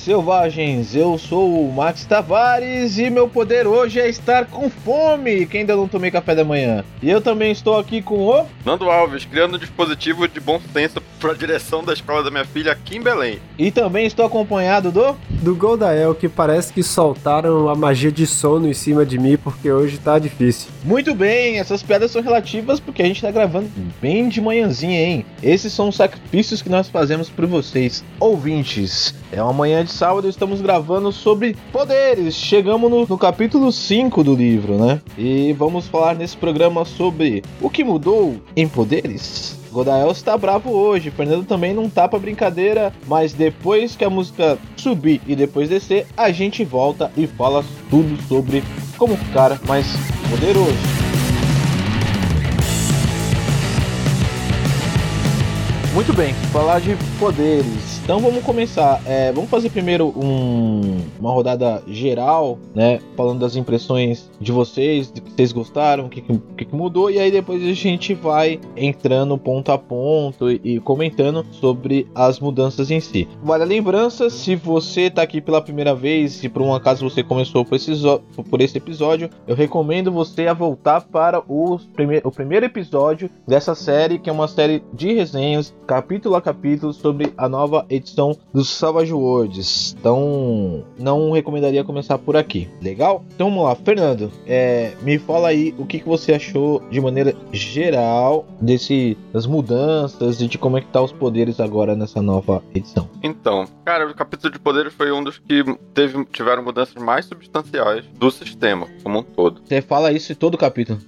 selvagens, eu sou o Max Tavares e meu poder hoje é estar com fome, que ainda não tomei café da manhã. E eu também estou aqui com o Nando Alves, criando um dispositivo de bom senso para a direção da escola da minha filha aqui em Belém. E também estou acompanhado do Goldael, que parece que soltaram a magia de sono em cima de mim, porque hoje tá difícil. Muito bem, essas piadas são relativas porque a gente tá gravando bem de manhãzinha, hein? Esses são os sacrifícios que nós fazemos por vocês, ouvintes. É uma manhã de sábado e estamos gravando sobre poderes. Chegamos no capítulo 5 do livro, né? E vamos falar nesse programa sobre o que mudou em poderes. Goldael está bravo hoje, Fernando também não tá pra brincadeira, mas depois que a música subir e depois descer, a gente volta e fala tudo sobre como ficar mais poderoso. Muito bem, falar de poderes. Então vamos começar. Vamos fazer primeiro uma rodada geral, né? Falando das impressões de vocês, do que vocês gostaram, o que mudou. E aí depois a gente vai entrando ponto a ponto e comentando sobre as mudanças em si. Vale a lembrança, se você tá aqui pela primeira vez e por um acaso você começou por esse episódio, eu recomendo você a voltar para o primeiro episódio dessa série, que é uma série de resenhas, capítulo a capítulo, sobre a nova edição dos Savage Worlds. Então, não recomendaria começar por aqui. Legal? Então vamos lá, Fernando. Me fala aí o que você achou de maneira geral das mudanças e de como é que tá os poderes agora nessa nova edição. Então, cara, o capítulo de poderes foi um dos que tiveram mudanças mais substanciais do sistema como um todo. Você fala isso em todo o capítulo.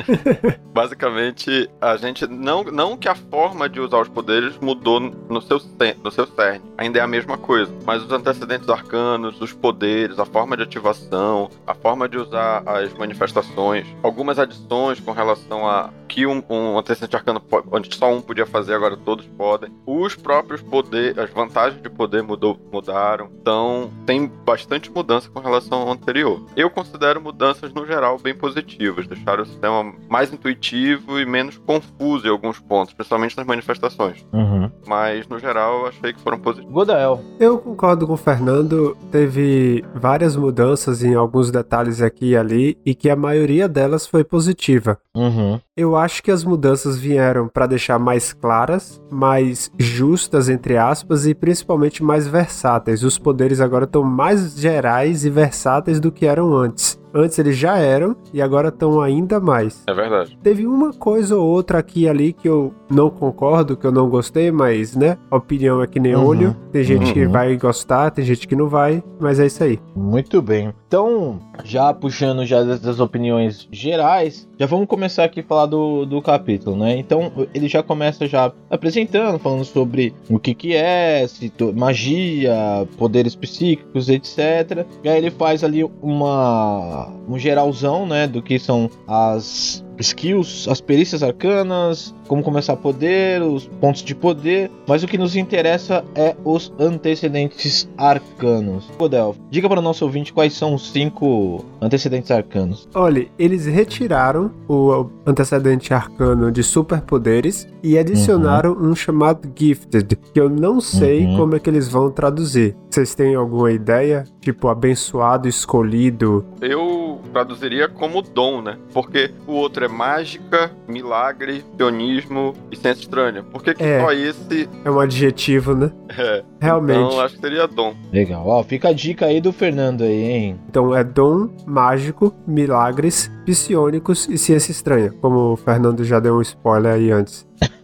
Basicamente, a gente não que a forma de usar os poderes mudou no seu cerne, ainda é a mesma coisa, mas os antecedentes arcanos, os poderes, a forma de ativação, a forma de usar as manifestações, algumas adições com relação a que um antecedente arcano onde só um podia fazer, agora todos podem. Os próprios poderes, as vantagens de poder mudaram, então tem bastante mudança com relação ao anterior. Eu considero mudanças no geral bem positivas, deixaram o sistema mais intuitivo e menos confuso em alguns pontos, principalmente nas manifestações. Mas no geral achei que foram positivos. Goldael. Eu concordo com o Fernando, teve várias mudanças em alguns detalhes aqui e ali, e que a maioria delas foi positiva. Eu acho que as mudanças vieram para deixar mais claras, mais justas, entre aspas, e principalmente mais versáteis. Os poderes agora estão mais gerais e versáteis do que eram antes. Antes eles já eram e agora estão ainda mais. É verdade. Teve uma coisa ou outra aqui e ali que eu não concordo, que eu não gostei, mas, né, a opinião é que nem olho. Tem gente que vai gostar, tem gente que não vai, mas é isso aí. Muito bem. Então, já puxando já das opiniões gerais, já vamos começar aqui a falar do capítulo, né? Então, ele já começa já apresentando, falando sobre o que é, magia, poderes psíquicos, etc. E aí ele faz ali um geralzão, né, do que são as skills, as perícias arcanas, como começar poder, os pontos de poder, mas o que nos interessa é os antecedentes arcanos. Goldael, diga para o nosso ouvinte quais são os 5 antecedentes arcanos. Olha, eles retiraram o antecedente arcano de superpoderes e adicionaram um chamado Gifted, que eu não sei como é que eles vão traduzir. Vocês têm alguma ideia? Tipo, abençoado, escolhido? Eu traduziria como dom, né? Porque o outro é mágica, milagre, psionismo e ciência estranha. Por que só esse... É um adjetivo, né? Realmente. Então, acho que seria dom. Legal. Ó, fica a dica aí do Fernando aí, hein? Então, é dom, mágico, milagres, psionicos e ciência estranha. Como o Fernando já deu um spoiler aí antes.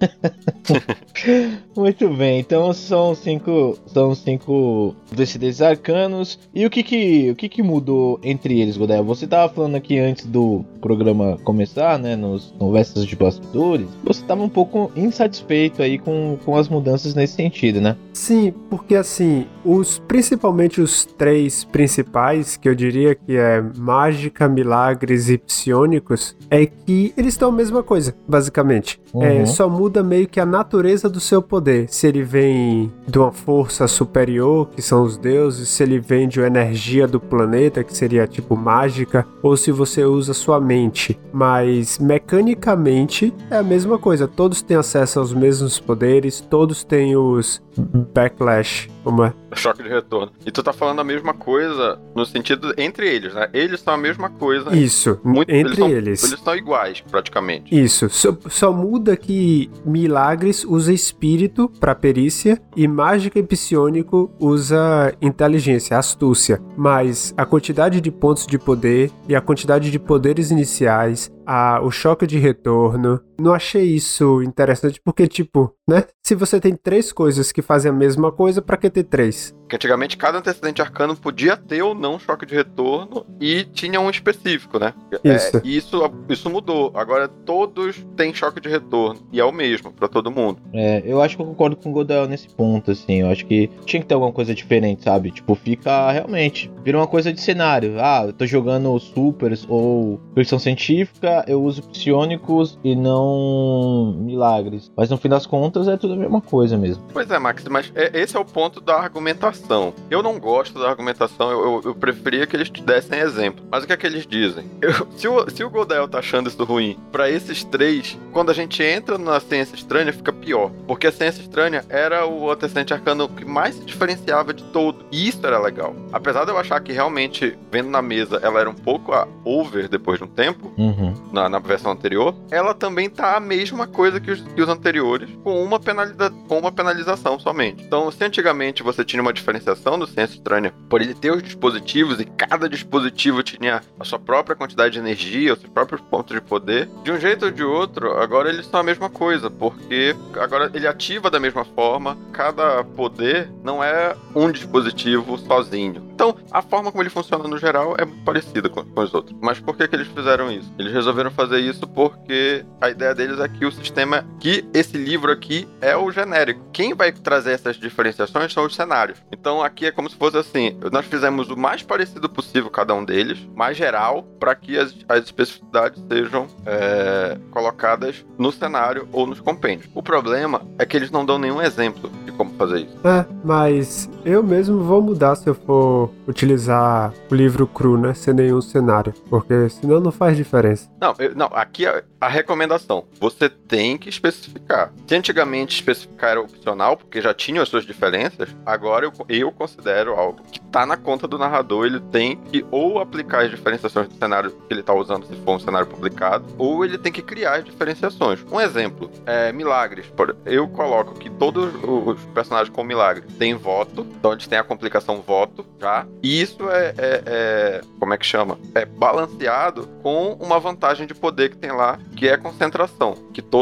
Muito bem, então são cinco desses arcanos. E o que mudou entre eles, Goldael? Você tava falando aqui antes do programa começar, né, nos conversas de bastidores, você tava um pouco insatisfeito aí com as mudanças nesse sentido, né? Sim, porque assim, principalmente os 3 principais, que eu diria que é mágica, milagres e psionicos, é que eles estão a mesma coisa, basicamente. Só muda meio que a natureza do seu poder. Se ele vem de uma força superior, que são os deuses, se ele vem de uma energia do planeta, que seria tipo mágica, ou se você usa sua mente. Mas mecanicamente é a mesma coisa. Todos têm acesso aos mesmos poderes, todos têm os backlash, como é? Choque de retorno. E tu tá falando a mesma coisa no sentido entre eles, né? Eles são a mesma coisa. Isso, entre eles. Eles são iguais, praticamente. Isso, só muda que Milagres usa espírito pra perícia e Mágica e Psionico usa inteligência, astúcia. Mas a quantidade de pontos de poder e a quantidade de poderes iniciais, o choque de retorno, não achei isso interessante porque, tipo, né? Se você tem 3 coisas que fazem a mesma coisa, pra que ter 3? Porque antigamente cada antecedente arcano podia ter ou não choque de retorno e tinha um específico, né? Isso mudou. Agora todos têm choque de retorno e é o mesmo pra todo mundo. Eu acho que eu concordo com o Godel nesse ponto, assim. Eu acho que tinha que ter alguma coisa diferente, sabe? Tipo, vira uma coisa de cenário. Eu tô jogando supers ou versão científica, eu uso psionicos e não milagres. Mas no fim das contas é tudo a mesma coisa mesmo. Pois é, Max, mas esse é o ponto da argumentação. Eu não gosto da argumentação, eu preferia que eles te dessem exemplo. Mas o que é que eles dizem? Se o Godel tá achando isso ruim, pra esses 3, quando a gente entra na ciência estranha, fica pior. Porque a ciência estranha era o antecedente arcano que mais se diferenciava de todo. E isso era legal. Apesar de eu achar que realmente, vendo na mesa, ela era um pouco over depois de um tempo, na versão anterior, ela também tá a mesma coisa que os anteriores, com uma penalização somente. Então, se antigamente você tinha uma diferenciação do Ciência Estranha por ele ter os dispositivos e cada dispositivo tinha a sua própria quantidade de energia, os seus próprios pontos de poder, de um jeito ou de outro, agora eles são a mesma coisa, porque agora ele ativa da mesma forma, cada poder não é um dispositivo sozinho. Então, a forma como ele funciona no geral é parecida com os outros. Mas por que eles fizeram isso? Eles resolveram fazer isso porque a ideia deles é que o sistema, que esse livro aqui é o genérico. Quem vai trazer essas diferenciações são os cenários. Então aqui é como se fosse assim, nós fizemos o mais parecido possível cada um deles, mais geral, para que as especificidades sejam colocadas no cenário ou nos compêndios. O problema é que eles não dão nenhum exemplo de como fazer isso. Mas eu mesmo vou mudar se eu for utilizar o livro cru, né, sem nenhum cenário, porque senão não faz diferença. Não, aqui é a recomendação. Você tem que especificar. Se antigamente especificar era opcional, porque já tinham as suas diferenças, agora eu considero algo que tá na conta do narrador, ele tem que ou aplicar as diferenciações do cenário que ele tá usando, se for um cenário publicado, ou ele tem que criar as diferenciações. Um exemplo, milagres. Eu coloco que todos os personagens com milagres têm voto, então eles têm a complicação voto, já, e isso como é que chama? É balanceado com uma vantagem de poder que tem lá, que é concentração, que com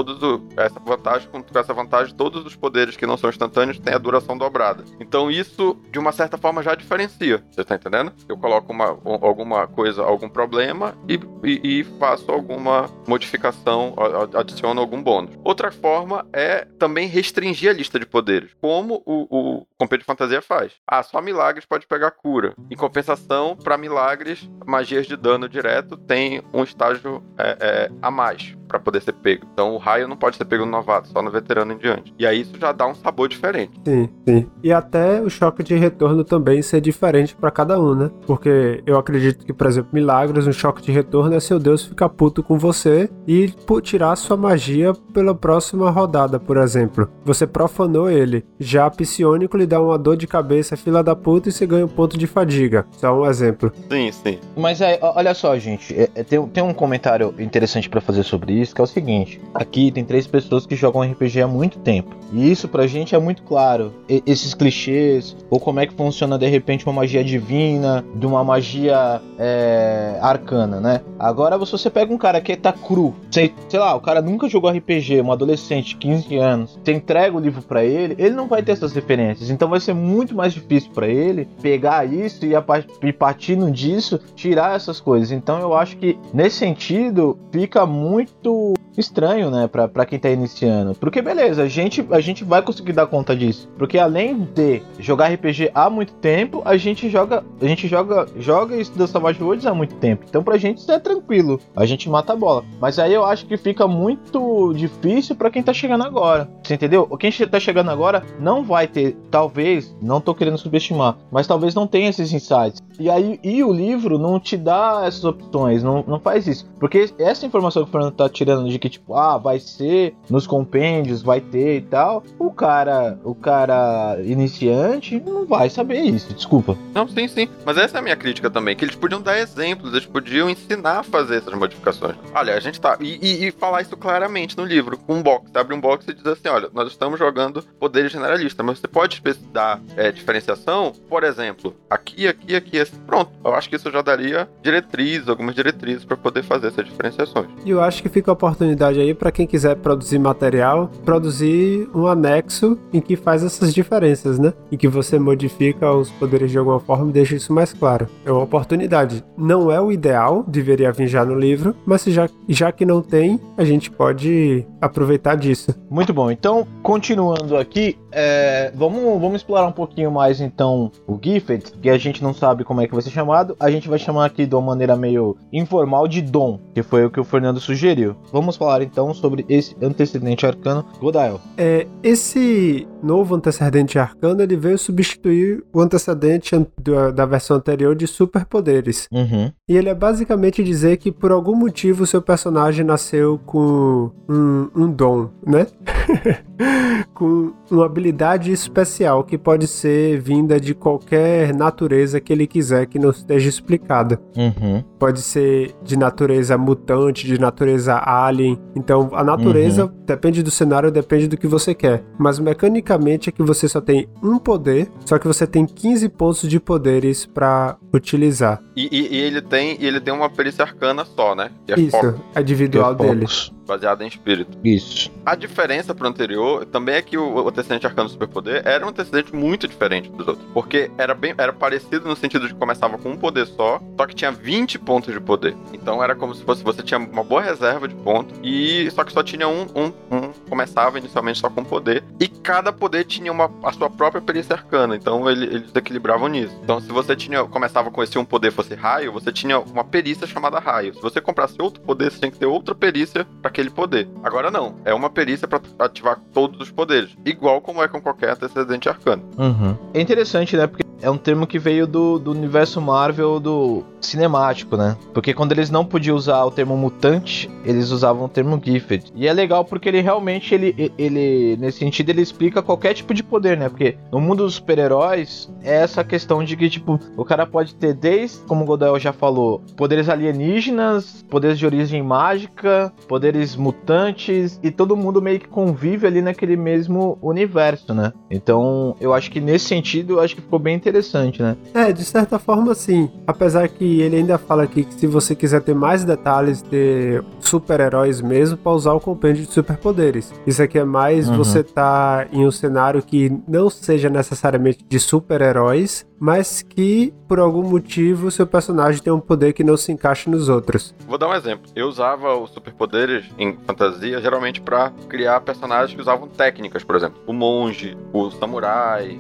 essa vantagem, todos os poderes que não são instantâneos têm a duração dobrada. Então isso, de uma certa forma, já diferencia. Você tá entendendo? Eu coloco alguma coisa, algum problema e faço alguma modificação, adiciono algum bônus. Outra forma é também restringir a lista de poderes, como o Compêndio de Fantasia faz. Só milagres pode pegar cura. Em compensação, para milagres, magias de dano direto tem um estágio a mais para poder ser pego. Então o raio não pode ser pego no novato, só no veterano em diante. E aí isso já dá um sabor diferente. Sim. E até o choque de retorno também ser diferente para cada um, né? Porque eu acredito que, por exemplo, milagres, um choque de retorno é seu Deus ficar puto com você e tirar sua magia pela próxima rodada, por exemplo. Você profanou ele. Já psionico lhe dá uma dor de cabeça, fila da puta, e você ganha um ponto de fadiga. Só um exemplo. Sim. Mas olha só, gente, tem um comentário interessante para fazer sobre isso, que é o seguinte: aqui tem 3 pessoas que jogam RPG há muito tempo, e isso pra gente é muito claro. Esses clichês, ou como é que funciona de repente uma magia divina, de uma magia arcana, né? Agora você pega um cara que tá cru, sei lá, o cara nunca jogou RPG, um adolescente, 15 anos, você entrega o livro pra ele não vai ter essas referências, então vai ser muito mais difícil pra ele pegar isso e partindo disso, tirar essas coisas. Então eu acho que nesse sentido fica muito estranho, né, pra quem tá iniciando. Porque beleza, a gente vai conseguir dar conta disso. Porque além de jogar RPG há muito tempo, a gente joga e estuda Savage Worlds há muito tempo. Então pra gente isso é tranquilo, a gente mata a bola. Mas aí eu acho que fica muito difícil pra quem tá chegando agora. Você entendeu? Quem tá chegando agora não vai ter, talvez, não tô querendo subestimar, mas talvez não tenha esses insights. E o livro não te dá essas opções, não faz isso. Porque essa informação que o Fernando tá tirando de que, tipo, vai ser nos compêndios, vai ter e tal, o cara iniciante não vai saber isso, desculpa. Não, sim. Mas essa é a minha crítica também, que eles podiam dar exemplos, eles podiam ensinar a fazer essas modificações. Olha, a gente tá... E falar isso claramente no livro, com um box. Você abre um box e diz assim, olha, nós estamos jogando poderes generalistas, mas você pode dar diferenciação, por exemplo, aqui, assim. Pronto, eu acho que isso já daria algumas diretrizes para poder fazer essas diferenciações. E eu acho que fica a oportunidade aí para quem quiser produzir material, produzir um anexo em que faz essas diferenças, né? Em que você modifica os poderes de alguma forma e deixa isso mais claro. É uma oportunidade. Não é o ideal, deveria vir já no livro, mas já que não tem, a gente pode aproveitar disso. Muito bom. Então, continuando aqui, vamos explorar um pouquinho mais, então, o Gifted, que a gente não sabe como é que vai ser chamado. A gente vai chamar aqui de uma maneira meio informal de Dom, que foi o que o Fernando sugeriu. Vamos falar, então, sobre esse antecedente arcano. Godael. Esse novo antecedente arcano, ele veio substituir o antecedente da versão anterior de superpoderes. Uhum. E ele é basicamente dizer que, por algum motivo, o seu personagem nasceu com um dom, né? Com uma habilidade especial que pode ser vinda de qualquer natureza que ele quiser, que não esteja explicada. Uhum. Pode ser de natureza mutante, de natureza alien. Então, a natureza depende do cenário, depende do que você quer. Mas, mecanicamente, é que você só tem um poder, só que você tem 15 pontos de poderes pra utilizar. E ele tem uma perícia arcana só, né? Que é Isso, foco, a individual dele. baseada em espírito. Isso. A diferença pro anterior também é que o antecedente arcano do superpoder era um antecedente muito diferente dos outros. Porque era parecido no sentido de que começava com um poder só que tinha 20 pontos de poder. Então era como se você tinha uma boa reserva de pontos, só que só tinha começava inicialmente só com um poder. E cada poder tinha a sua própria perícia arcana. Então eles equilibravam nisso. Então se você começava com esse um poder fosse raio, você tinha uma perícia chamada raio. Se você comprasse outro poder, você tinha que ter outra perícia para aquele poder. Agora não, é uma perícia para ativar todos os poderes, igual como é com qualquer antecedente arcano. Uhum. É interessante, né, porque é um termo que veio do universo Marvel, do cinemático, né, porque quando eles não podiam usar o termo mutante, eles usavam o termo Gifted, e é legal porque ele realmente, ele nesse sentido, ele explica qualquer tipo de poder, né, porque no mundo dos super-heróis, é essa questão de que, tipo, o cara pode ter desde, como o Godael já falou, poderes alienígenas, poderes de origem mágica, poderes mutantes, e todo mundo meio que convive ali naquele mesmo universo, né? Então, eu acho que nesse sentido, eu acho que ficou bem interessante, né? De certa forma, sim. Apesar que ele ainda fala aqui que se você quiser ter mais detalhes, ter super-heróis mesmo, para usar o compêndio de superpoderes. Isso aqui é mais você tá em um cenário que não seja necessariamente de super-heróis, mas que, por algum motivo, seu personagem tem um poder que não se encaixa nos outros. Vou dar um exemplo. Eu usava os superpoderes em fantasia, geralmente pra criar personagens que usavam técnicas, por exemplo. O monge, o samurai,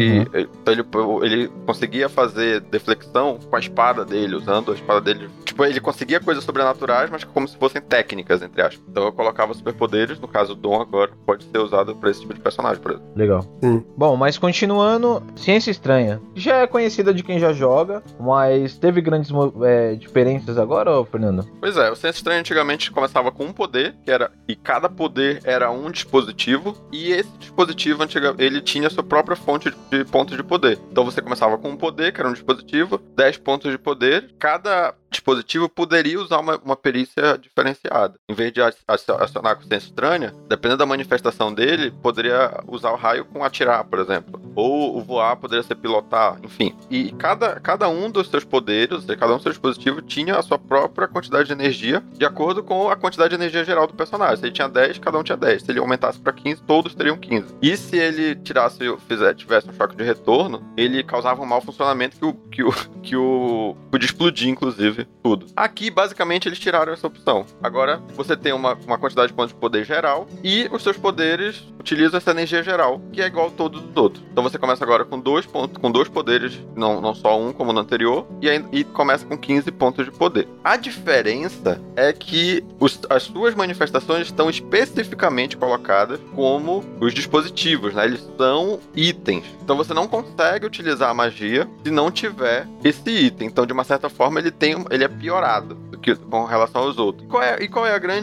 ele conseguia fazer deflexão com a espada dele, usando a espada dele. Tipo, ele conseguia coisas sobrenaturais, mas como se fossem técnicas, entre aspas. Então eu colocava superpoderes, no caso o Dom agora, pode ser usado pra esse tipo de personagem, por exemplo. Legal. Bom, mas continuando, Ciência Estranha. Já é conhecida de quem já joga, mas teve grandes diferenças agora, Fernando? Pois é, o Ciência Estranha antigamente começava com um poder, e cada poder era um dispositivo, e esse dispositivo ele tinha sua própria fonte de pontos de poder. Então você começava com um poder, que era um dispositivo, 10 pontos de poder, cada dispositivo poderia usar uma perícia diferenciada. Em vez de acionar com Ciência Estranha, dependendo da manifestação dele, poderia usar o raio com atirar, por exemplo. Ou o voar poderia ser pilotar, enfim. E cada um dos seus poderes, cada um dos seus dispositivos tinha a sua própria quantidade de energia, de acordo com a quantidade de energia geral do personagem. Se ele tinha 10, cada um tinha 10. Se ele aumentasse para 15, todos teriam 15. E se ele tivesse um choque de retorno, ele causava um mau funcionamento que o podia explodir, inclusive, tudo. Aqui, basicamente, eles tiraram essa opção. Agora, você tem uma quantidade de pontos de poder geral e os seus poderes utilizam essa energia geral, que é igual a todos os outros. Então você começa agora com dois poderes, não só um como no anterior, e começa com 15 pontos de poder. A diferença é que as suas manifestações estão especificamente colocadas como os dispositivos, né? Eles são itens. Então você não consegue utilizar a magia se não tiver esse item. Então, de uma certa forma, ele é piorado com relação aos outros. Qual é a grande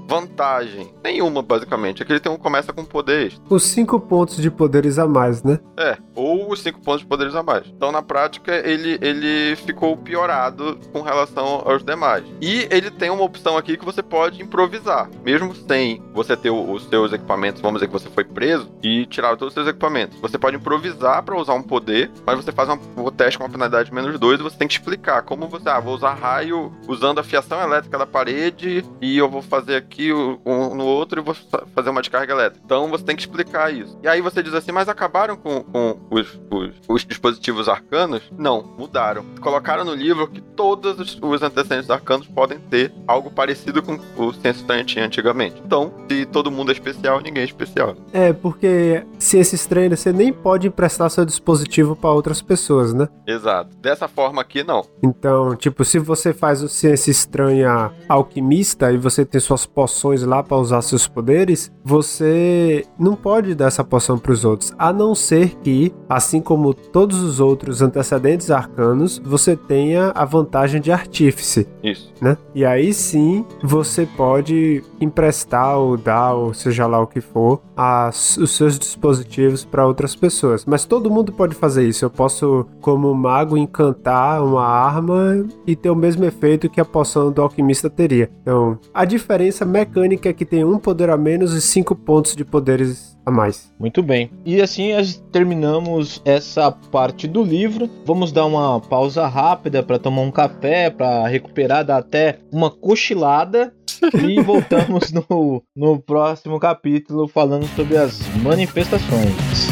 vantagem nenhuma, basicamente. É que ele começa com poder extra. Os 5 pontos de poderes a mais, né? Ou os 5 pontos de poderes a mais. Então, na prática, ele ficou piorado com relação aos demais. E ele tem uma opção aqui que você pode improvisar. Mesmo sem você ter os seus equipamentos, vamos dizer que você foi preso e tiraram todos os seus equipamentos. Você pode improvisar para usar um poder, mas você faz um teste com uma penalidade de -2 e você tem que explicar como você... vou usar raio usando a fiação elétrica da parede e eu vou fazer aqui no outro e vou fazer uma descarga elétrica. Então, você tem que explicar isso. E aí você diz assim, mas acabaram com os dispositivos arcanos? Não, mudaram. Colocaram no livro que todos os antecedentes arcanos podem ter algo parecido com o Ciência Estranha tinha antigamente. Então, se todo mundo é especial, ninguém é especial. Porque Ciência Estranha você nem pode emprestar seu dispositivo para outras pessoas, né? Exato. Dessa forma aqui, não. Então, tipo, se você faz o Ciência Estranha alquimista e você tem suas poções lá para usar seus poderes, você não pode dar essa poção para os outros, a não ser que, assim como todos os outros antecedentes arcanos, você tenha a vantagem de artífice. Isso. Né? E aí sim, você pode emprestar ou dar, ou seja lá o que for, os seus dispositivos para outras pessoas. Mas todo mundo pode fazer isso. Eu posso, como mago, encantar uma arma e ter o mesmo efeito que a poção do alquimista teria. Então, a diferença mecânica é que tem um poder a menos e 5 pontos de poderes a mais. Muito bem. E assim terminamos essa parte do livro. Vamos dar uma pausa rápida para tomar um café, para recuperar, dar até uma cochilada. E voltamos no próximo capítulo falando sobre as manifestações.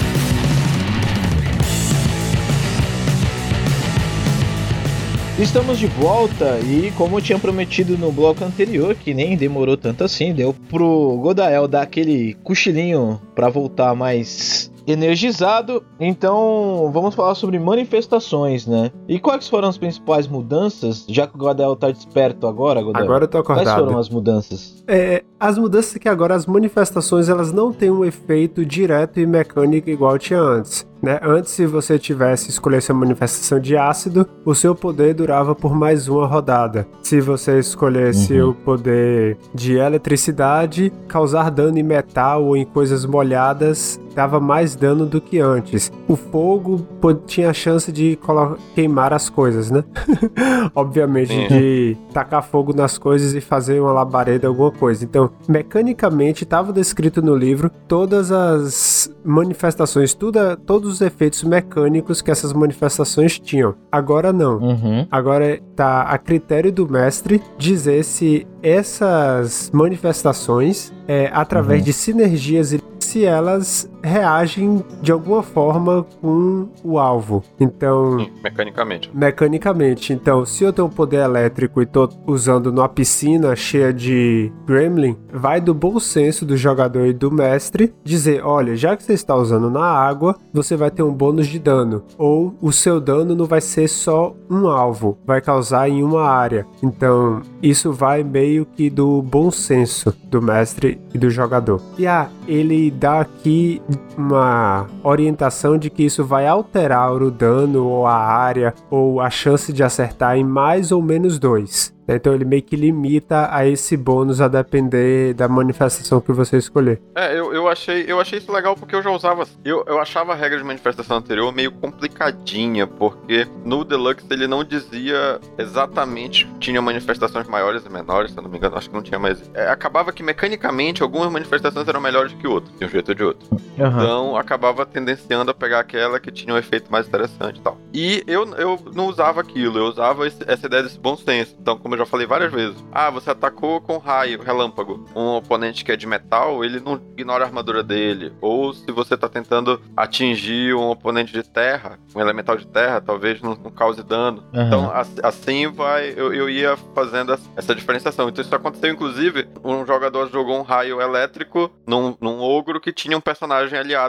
Estamos de volta e, como eu tinha prometido no bloco anterior, que nem demorou tanto assim, deu pro Godael dar aquele cochilinho para voltar mais energizado. Então vamos falar sobre manifestações, né? E quais foram as principais mudanças? Já que o Godael tá desperto agora, Godael. Agora eu tô acordado. Quais foram as mudanças? As mudanças é que agora as manifestações elas não têm um efeito direto e mecânico igual tinha antes. Né? Antes, se você escolhesse a manifestação de ácido, o seu poder durava por mais uma rodada. Se você escolhesse o poder de eletricidade, causar dano em metal ou em coisas molhadas dava mais dano do que antes. O fogo tinha a chance de queimar as coisas, né? Obviamente, de tacar fogo nas coisas e fazer uma labareda, alguma coisa. Então, mecanicamente, estava descrito no livro todas as manifestações, todos os efeitos mecânicos que essas manifestações tinham. Agora não. Agora tá a critério do mestre dizer se essas manifestações, através de sinergias, se elas reagem de alguma forma com o alvo. Então... Mecanicamente. Então, se eu tenho um poder elétrico e tô usando numa piscina cheia de gremlin, vai do bom senso do jogador e do mestre dizer, olha, já que você está usando na água, você vai ter um bônus de dano. Ou o seu dano não vai ser só um alvo, vai causar em uma área. Então, isso vai meio que do bom senso do mestre e do jogador. E ele dá aqui uma orientação de que isso vai alterar o dano ou a área ou a chance de acertar em mais ou menos 2. Então ele meio que limita a esse bônus a depender da manifestação que você escolher. Eu achei isso legal porque eu já usava... Eu achava a regra de manifestação anterior meio complicadinha, porque no Deluxe ele não dizia exatamente... Tinha manifestações maiores e menores, se eu não me engano, acho que não tinha mais... acabava que mecanicamente algumas manifestações eram melhores que outras, de um jeito ou de outro. Então acabava tendenciando a pegar aquela que tinha um efeito mais interessante e tal. E eu não usava aquilo, eu usava essa ideia desse bom senso. Então, como eu já falei várias vezes. Você atacou com raio, relâmpago. Um oponente que é de metal, ele não ignora a armadura dele. Ou se você tá tentando atingir um oponente de terra, um elemental de terra, talvez não cause dano. Então, assim eu ia fazendo essa diferenciação. Então, isso aconteceu, inclusive, um jogador jogou um raio elétrico num ogro que tinha um personagem aliado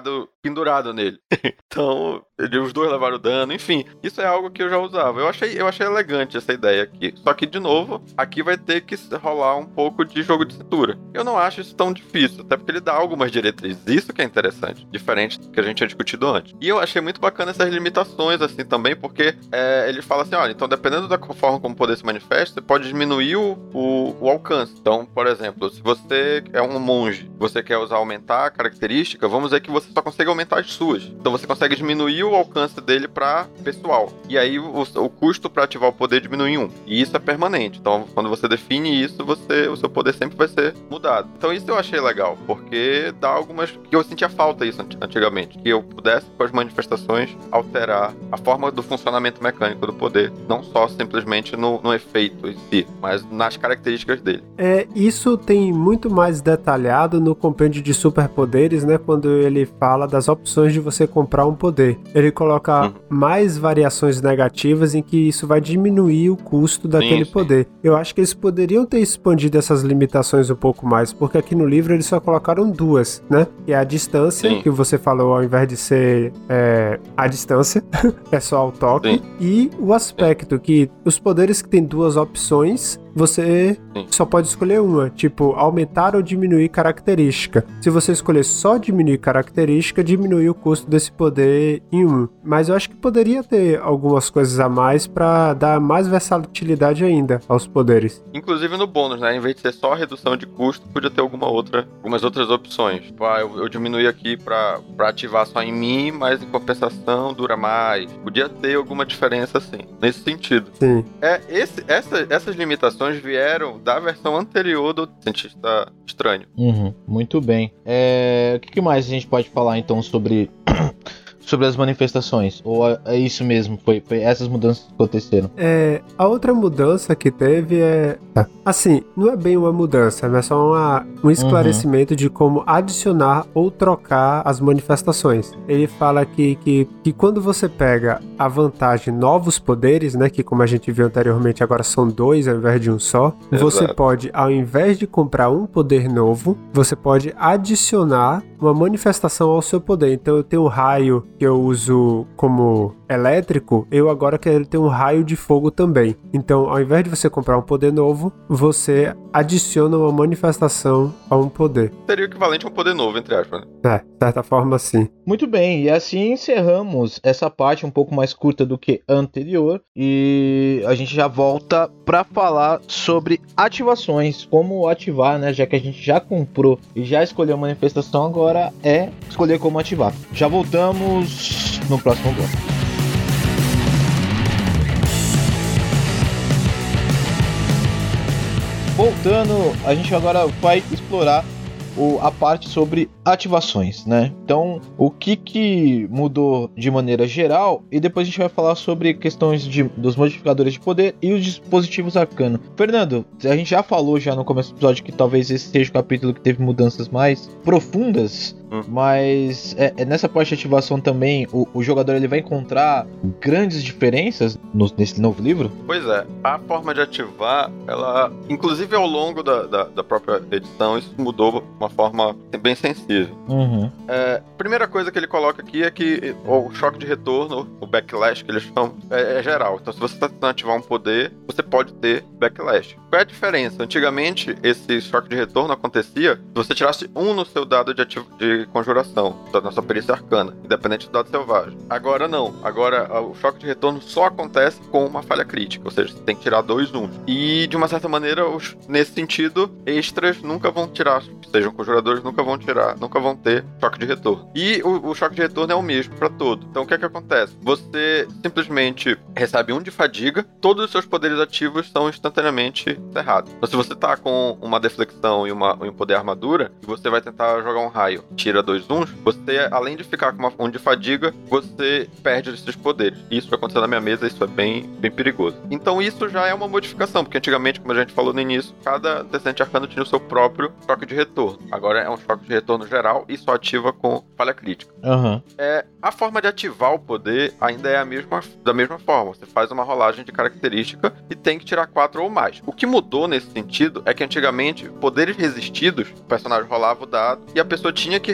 pendurado nele. Então, os dois levaram dano, enfim. Isso é algo que eu já usava. Eu achei elegante essa ideia aqui. Só que, de novo, aqui vai ter que rolar um pouco de jogo de cintura. Eu não acho isso tão difícil, até porque ele dá algumas diretrizes. Isso que é interessante, diferente do que a gente tinha discutido antes. E eu achei muito bacana essas limitações, assim, também, porque ele fala assim, olha, então dependendo da forma como o poder se manifesta, você pode diminuir o alcance. Então, por exemplo, se você é um monge, você quer aumentar a característica, vamos dizer que você só consegue aumentar as suas. Então você consegue diminuir o alcance dele para pessoal. E aí o custo para ativar o poder diminui em 1. E isso é permanente. Então, quando você define isso, o seu poder sempre vai ser mudado. Então isso eu achei legal, porque dá algumas... que eu sentia falta isso antigamente. Que eu pudesse, com as manifestações, alterar a forma do funcionamento mecânico do poder. Não só simplesmente no efeito em si, mas nas características dele. Isso tem muito mais detalhado no compêndio de superpoderes, né? Quando ele fala das opções de você comprar um poder. Ele coloca mais variações negativas em que isso vai diminuir o custo daquele poder. Eu acho que eles poderiam ter expandido essas limitações um pouco mais, porque aqui no livro eles só colocaram 2, né? Que é a distância, que você falou, ao invés de ser a distância, é só o toque. E o aspecto, que os poderes que tem 2 opções, você só pode escolher uma, tipo, aumentar ou diminuir característica. Se você escolher só diminuir característica, diminui o custo desse poder em 1. Mas eu acho que poderia ter algumas coisas a mais pra dar mais versatilidade ainda aos poderes. Inclusive no bônus, né? Em vez de ser só redução de custo, podia ter algumas outras opções. Tipo, eu diminui aqui pra ativar só em mim, mas em compensação dura mais. Podia ter alguma diferença assim, nesse sentido. Sim. Essas limitações vieram da versão anterior do Cientista Estranho. Muito bem. O que mais a gente pode falar então sobre as manifestações? Ou é isso mesmo? Foi essas mudanças que aconteceram? A outra mudança que teve assim, não é bem uma mudança, mas só um esclarecimento de como adicionar ou trocar as manifestações. Ele fala aqui que quando você pega a vantagem novos poderes, né, que como a gente viu anteriormente, agora são 2 ao invés de um só, você pode, ao invés de comprar um poder novo, você pode adicionar uma manifestação ao seu poder. Então eu tenho um raio que eu uso como elétrico, eu agora quero ter um raio de fogo também. Então, ao invés de você comprar um poder novo, você adiciona uma manifestação a um poder. Seria o equivalente a um poder novo, entre aspas, né? De certa forma, sim. Muito bem, e assim encerramos essa parte um pouco mais curta do que a anterior, e a gente já volta para falar sobre ativações, como ativar, né? Já que a gente já comprou e já escolheu a manifestação, agora é escolher como ativar. Já voltamos no próximo bloco. Voltando, a gente agora vai explorar a parte sobre ativações, né? Então, o que mudou de maneira geral, e depois a gente vai falar sobre questões dos modificadores de poder e os dispositivos arcanos. Fernando, a gente já falou no começo do episódio que talvez esse seja o capítulo que teve mudanças mais profundas, mas nessa parte de ativação também, o jogador ele vai encontrar grandes diferenças nesse novo livro? Pois é, a forma de ativar, ela, inclusive ao longo da própria edição, isso mudou de uma forma bem sensível. Primeira coisa que ele coloca aqui é que o choque de retorno, o backlash que eles chamam, é geral. Então se você está tentando ativar um poder, você pode ter backlash. Qual é a diferença? Antigamente, esse choque de retorno acontecia se você tirasse 1 no seu dado de conjuração, na sua perícia arcana, independente do dado selvagem. Agora não. Agora o choque de retorno só acontece com uma falha crítica, ou seja, você tem que tirar 2 1s. E de uma certa maneira, nesse sentido, extras nunca vão tirar, sejam conjuradores, nunca vão ter choque de retorno. E o choque de retorno é o mesmo para todo. Então o que é que acontece? Você simplesmente recebe 1 de fadiga, todos os seus poderes ativos são instantaneamente encerrados. Então se você tá com uma deflexão e um poder armadura, e você vai tentar jogar um raio, tira 2 1s, você, além de ficar com 1 de fadiga, você perde esses poderes. Isso vai acontecer na minha mesa, isso é bem perigoso. Então isso já é uma modificação, porque antigamente, como a gente falou no início, cada descendente arcano tinha o seu próprio choque de retorno. Agora é um choque de retorno geral e só ativa com falha crítica. A forma de ativar o poder ainda é da mesma forma. Você faz uma rolagem de característica e tem que tirar 4 ou mais. O que mudou nesse sentido é que antigamente, poderes resistidos, o personagem rolava o dado e a pessoa tinha que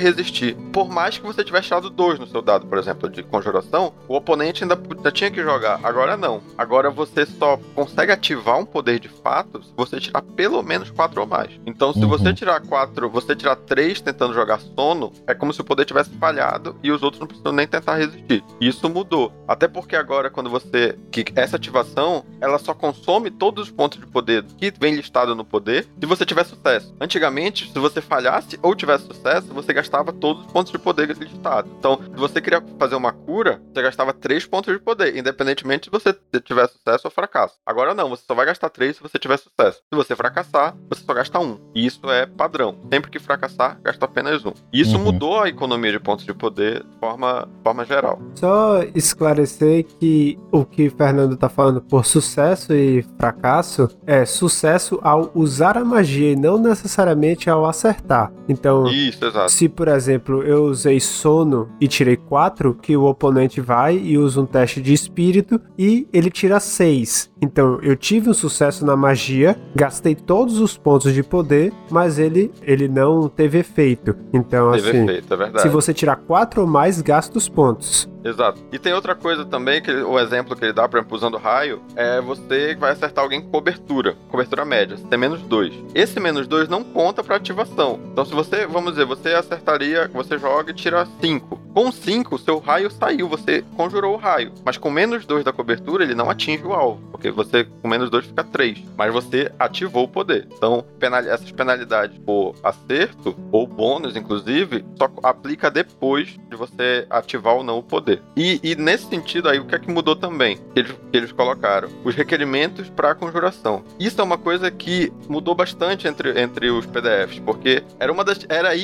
resistir. Por mais que você tivesse tirado 2 no seu dado, por exemplo, de conjuração, o oponente ainda tinha que jogar. Agora não. Agora você só consegue ativar um poder de fato se você tirar pelo menos 4 ou mais. Então, se você tirar 4, você tirar 3 tentando jogar sono, é como se o poder tivesse falhado e os outros não precisam nem tentar resistir. Isso mudou. Até porque agora, quando você... que essa ativação, ela só consome todos os pontos de poder que vem listado no poder se você tiver sucesso. Antigamente, se você falhasse ou tivesse sucesso, você gastava todos os pontos de poder listados. Então, se você queria fazer uma cura, você gastava 3 pontos de poder, independentemente se você tiver sucesso ou fracasso. Agora não, você só vai gastar 3 se você tiver sucesso. Se você fracassar, você só gasta 1. E isso é padrão. Sempre que fracassar, gasta apenas 1. E isso mudou a economia de pontos de poder de forma geral. Só esclarecer que o que o Fernando tá falando por sucesso e fracasso é sucesso ao usar a magia e não necessariamente ao acertar. Então, isso, exato. Se, por exemplo, eu usei sono e tirei 4, que o oponente vai e usa um teste de espírito e ele tira 6. Então, eu tive um sucesso na magia, gastei todos os pontos de poder, mas ele não teve efeito. Então, teve efeito, é verdade. Se você tirar 4 ou mais, gasta os pontos. Exato. E tem outra coisa também, que o exemplo que ele dá, por exemplo, usando raio, é você vai acertar alguém com cobertura média, você tem -2. Esse -2 não conta pra ativação. Então, se você, vamos dizer, você acertaria, você joga e tira 5. Com 5, seu raio saiu, você conjurou o raio. Mas com -2 da cobertura, ele não atinge o alvo, porque você com -2 fica 3. Mas você ativou o poder. Então, essas penalidades por acerto, ou bônus, inclusive, só aplica depois de você ativar ou não o poder. E nesse sentido aí, o que é que mudou também? Que eles colocaram os requerimentos para conjuração. Isso é uma coisa que mudou bastante entre os PDFs, porque era uma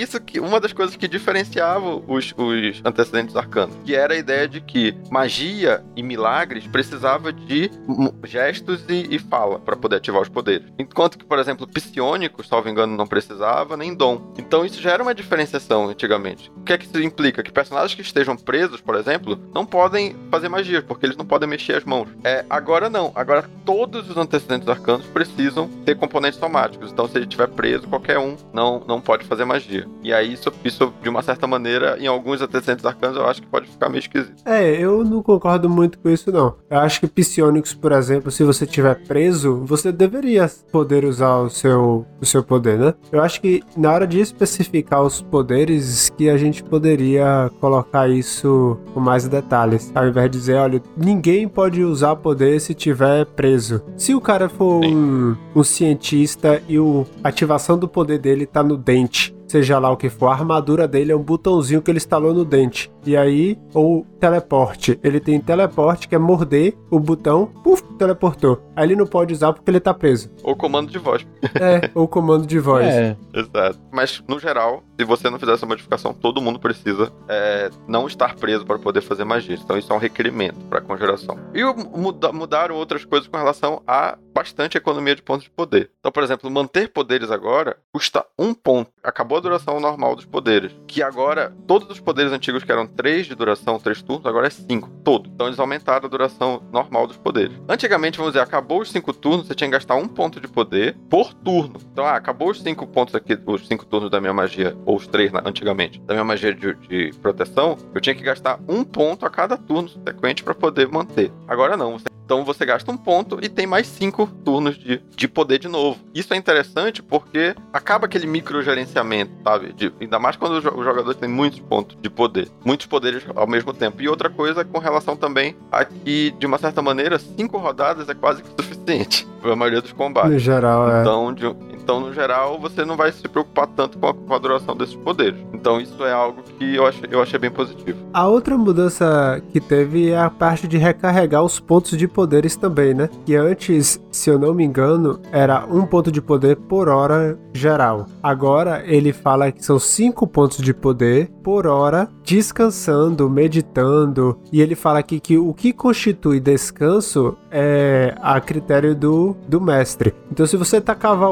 das coisas que diferenciava os antecedentes arcanos, que era a ideia de que magia e milagres precisava de gestos e fala para poder ativar os poderes. Enquanto que, por exemplo, psionicos, salvo engano, não precisava, nem dom. Então isso já era uma diferenciação antigamente. O que é que isso implica? Que personagens que estejam presos, por exemplo, não podem fazer magia, porque eles não podem mexer as mãos. Agora não. Agora todos os antecedentes arcanos precisam ter componentes somáticos. Então, se ele estiver preso, qualquer um não pode fazer magia. E aí, isso, de uma certa maneira, em alguns antecedentes arcanos, eu acho que pode ficar meio esquisito. Eu não concordo muito com isso, não. Eu acho que psionicos, por exemplo, se você estiver preso, você deveria poder usar o seu poder, né? Eu acho que na hora de especificar os poderes, que a gente poderia colocar isso com mais detalhes, ao invés de dizer, olha, ninguém pode usar poder se tiver preso. Se o cara for um cientista e a ativação do poder dele tá no dente, seja lá o que for, a armadura dele é um botãozinho que ele instalou no dente. E aí, ou teleporte. Ele tem teleporte, que é morder o botão, puf, teleportou. Aí ele não pode usar porque ele tá preso. Ou comando de voz. Ou comando de voz. Exato. Mas, no geral, se você não fizer essa modificação, todo mundo precisa não estar preso para poder fazer magia. Então, isso é um requerimento para conjuração. E mudaram outras coisas com relação a bastante economia de pontos de poder. Então, por exemplo, manter poderes agora custa 1 ponto. Acabou a duração normal dos poderes. Que agora, todos os poderes antigos que eram 3 de duração, 3 turnos, agora é 5. Todo. Então, eles aumentaram a duração normal dos poderes. Antigamente, vamos dizer, acabou os 5 turnos, você tinha que gastar 1 ponto de poder por turno. Então, acabou os 5 pontos aqui, os 5 turnos da minha magia, ou os 3 antigamente, da minha magia de proteção, eu tinha que gastar 1 ponto a cada turno subsequente para poder manter. Agora não. Então você gasta 1 ponto e tem mais 5 turnos de poder de novo. Isso é interessante porque acaba aquele microgerenciamento, sabe? Ainda mais quando o jogador tem muitos pontos de poder. Muitos poderes ao mesmo tempo. E outra coisa com relação também a que, de uma certa maneira, 5 rodadas é quase que suficiente para a maioria dos combates. No geral, Então, no geral, você não vai se preocupar tanto com a duração desses poderes. Então, isso é algo que eu achei bem positivo. A outra mudança que teve é a parte de recarregar os pontos de poderes também, né? Que antes, se eu não me engano, era 1 ponto de poder por hora geral. Agora, ele fala que são 5 pontos de poder por hora, descansando, meditando. E ele fala aqui que o que constitui descanso é a critério do mestre. Então, se você tá cavalgando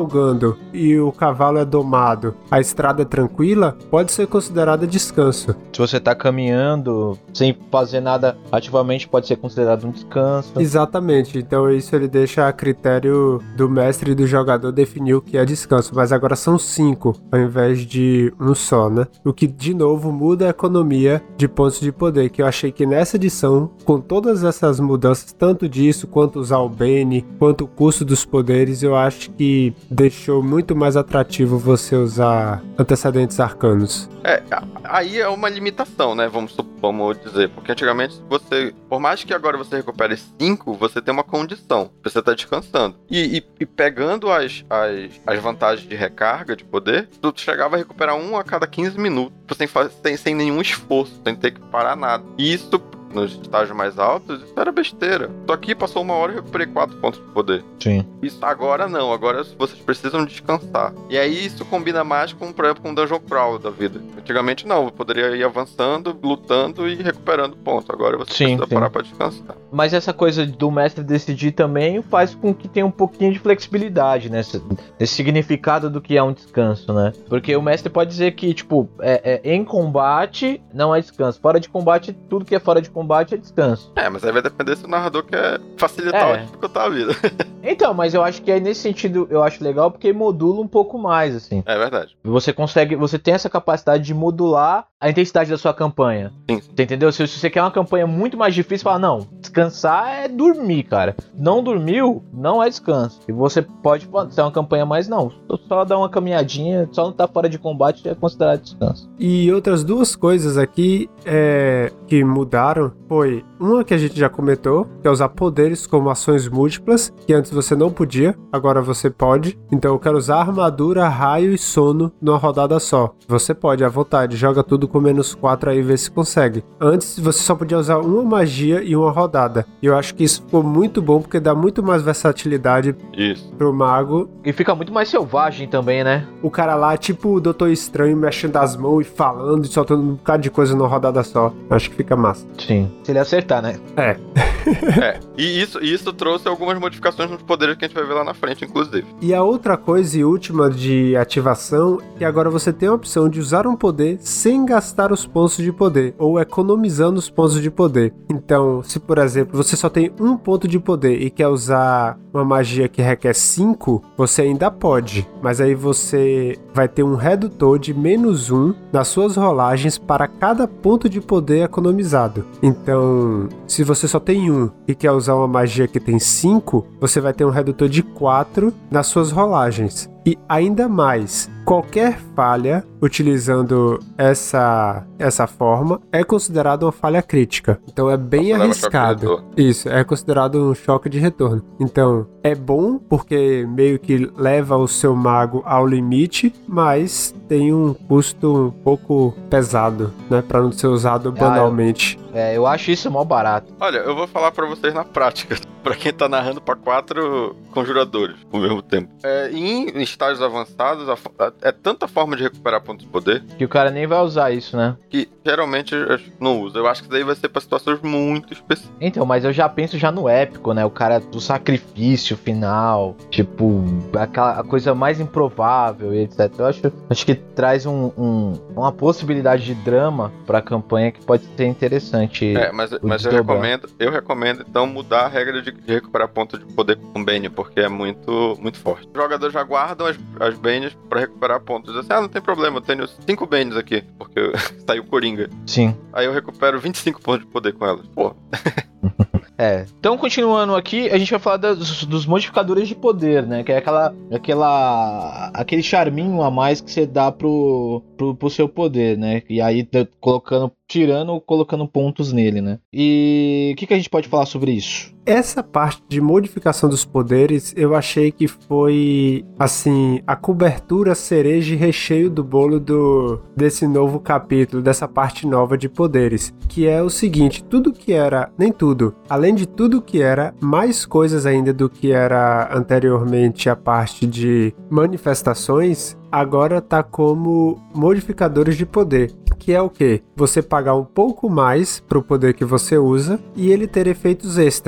andando e o cavalo é domado, a estrada é tranquila, pode ser considerada descanso. Se você tá caminhando sem fazer nada ativamente, pode ser considerado um descanso. Exatamente, então isso ele deixa a critério do mestre e do jogador definir o que é descanso, mas agora são 5 ao invés de um só, né? O que de novo muda a economia de pontos de poder, que eu achei que nessa edição, com todas essas mudanças, tanto disso quanto usar o Bane, quanto o custo dos poderes, eu acho que deixou muito mais atrativo você usar antecedentes arcanos. Aí é uma limitação, né? Vamos dizer, porque antigamente você, por mais que agora você recupere 5, você tem uma condição, você tá descansando. E pegando as vantagens de recarga de poder, tu chegava a recuperar 1 a cada 15 minutos, sem nenhum esforço, sem ter que parar nada. E isso, nos estágios mais altos, isso era besteira. Tô aqui, passou 1 hora e recuperei 4 pontos de poder. Sim. Isso agora não, agora vocês precisam descansar. E aí isso combina mais com, por exemplo, com o Dungeon Crawl da vida. Antigamente não, eu poderia ir avançando, lutando e recuperando pontos. Agora você precisa parar pra descansar. Mas essa coisa do mestre decidir também faz com que tenha um pouquinho de flexibilidade nesse significado do que é um descanso, né? Porque o mestre pode dizer que, tipo, em combate não é descanso. Fora de combate, tudo que é fora de combate é descanso. Mas aí vai depender se o narrador quer facilitar ou dificultar a vida. Então, mas eu acho que aí nesse sentido eu acho legal porque modula um pouco mais, assim. É verdade. Você tem essa capacidade de modular a intensidade da sua campanha. Sim. Você entendeu? Se você quer uma campanha muito mais difícil, fala, não, descansar é dormir, cara. Não dormiu, não é descanso. E você pode ser uma campanha mais, não, só dar uma caminhadinha, só não tá fora de combate é considerado descanso. E outras 2 coisas aqui que mudaram foi uma que a gente já comentou, que é usar poderes como ações múltiplas, que antes você não podia, agora você pode. Então eu quero usar armadura, raio e sono numa rodada só. Você pode, à vontade, joga tudo com -4 aí e vê se consegue. Antes você só podia usar uma magia e uma rodada. E eu acho que isso ficou muito bom, porque dá muito mais versatilidade pro mago. E fica muito mais selvagem também, né? O cara lá, tipo o Doutor Estranho, mexendo as mãos e falando e soltando um bocado de coisa numa rodada só. Acho que fica massa. Sim. Se ele acertar, né? E isso trouxe algumas modificações nos poderes que a gente vai ver lá na frente, inclusive. E a outra coisa e última de ativação é que agora você tem a opção de usar um poder sem gastar os pontos de poder, ou economizando os pontos de poder. Então, se por exemplo, você só tem 1 ponto de poder e quer usar uma magia que requer 5, você ainda pode, mas aí você vai ter um redutor de -1 nas suas rolagens para cada ponto de poder economizado. Então, se você só tem 1 e quer usar uma magia que tem 5, você vai ter um redutor de 4 nas suas rolagens. E ainda mais, qualquer falha utilizando essa forma é considerada uma falha crítica. Então é bem arriscado. Isso, é considerado um choque de retorno. Então é bom porque meio que leva o seu mago ao limite, mas tem um custo um pouco pesado, né? Pra não ser usado banalmente. Eu acho isso mó barato. Olha, eu vou falar pra vocês na prática, pra quem tá narrando pra 4 conjuradores ao mesmo tempo. Em estágios avançados, é tanta forma de recuperar pontos de poder que o cara nem vai usar isso, né? Que geralmente não usa. Eu acho que daí vai ser pra situações muito específicas. Então, mas eu já penso no épico, né? O cara do sacrifício final, tipo, a coisa mais improvável e etc. Eu acho que traz uma possibilidade de drama pra campanha que pode ser interessante. Mas eu recomendo então mudar a regra de recuperar pontos de poder com Bane, porque é muito, muito forte. Os jogadores já guardam as Banes pra recuperar pontos. Assim, não tem problema, eu tenho 5 Banes aqui, porque saiu Coringa. Sim. Aí eu recupero 25 pontos de poder com elas. Pô. Então, continuando aqui, a gente vai falar dos modificadores de poder, né? Que é aquele charminho a mais que você dá pro seu poder, né? E aí tirando ou colocando pontos nele, né? E o que a gente pode falar sobre isso? Essa parte de modificação dos poderes, eu achei que foi, assim, a cobertura, cereja e recheio do bolo desse novo capítulo, dessa parte nova de poderes. Que é o seguinte, nem tudo, além de tudo que era, mais coisas ainda do que era anteriormente a parte de manifestações, agora tá como modificadores de poder. Que é o quê? Você pagar um pouco mais pro poder que você usa e ele ter efeitos extras.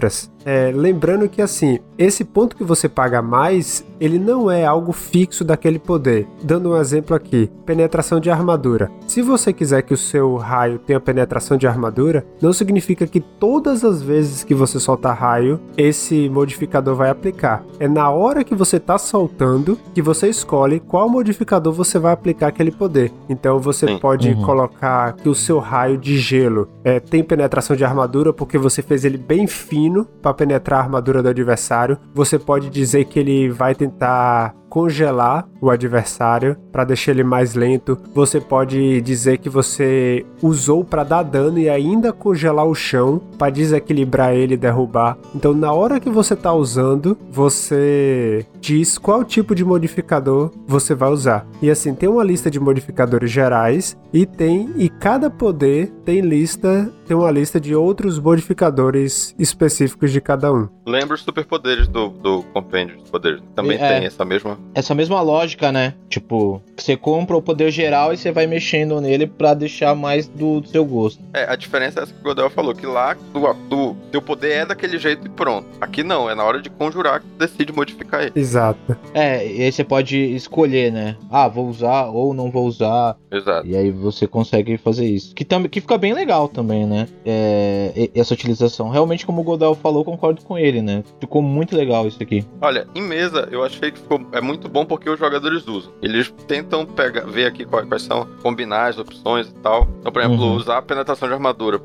Lembrando que, assim, esse ponto que você paga mais, ele não é algo fixo daquele poder. Dando um exemplo aqui, penetração de armadura. Se você quiser que o seu raio tenha penetração de armadura, não significa que todas as vezes que você soltar raio, esse modificador vai aplicar. É na hora que você está soltando que você escolhe qual modificador você vai aplicar aquele poder. Então você pode colocar que o seu raio de gelo tem penetração de armadura porque você fez ele bem fino para penetrar a armadura do adversário. Você pode dizer que ele vai tentar congelar o adversário para deixar ele mais lento. Você pode dizer que você usou para dar dano e ainda congelar o chão para desequilibrar ele e derrubar. Então, na hora que você está usando, você diz qual tipo de modificador você vai usar. E assim, tem uma lista de modificadores gerais e cada poder tem uma lista de outros modificadores específicos de cada um. Lembra os superpoderes do compêndio de poderes. Também tem essa mesma lógica, né? Tipo, você compra o poder geral e você vai mexendo nele pra deixar mais do seu gosto. A diferença é essa que o Godel falou, que lá teu poder é daquele jeito e pronto. Aqui não, é na hora de conjurar que tu decide modificar ele. Exato. E aí você pode escolher, né? Vou usar ou não vou usar. Exato. E aí você consegue fazer isso. Que fica bem legal também, né? Essa utilização. Realmente, como o Godel falou, concordo com ele, né? Ficou muito legal isso aqui. Olha, em mesa, eu achei que é muito bom porque os jogadores usam. Eles tentam ver aqui quais são, combinar as opções e tal. Então, por exemplo, usar a penetração de armadura.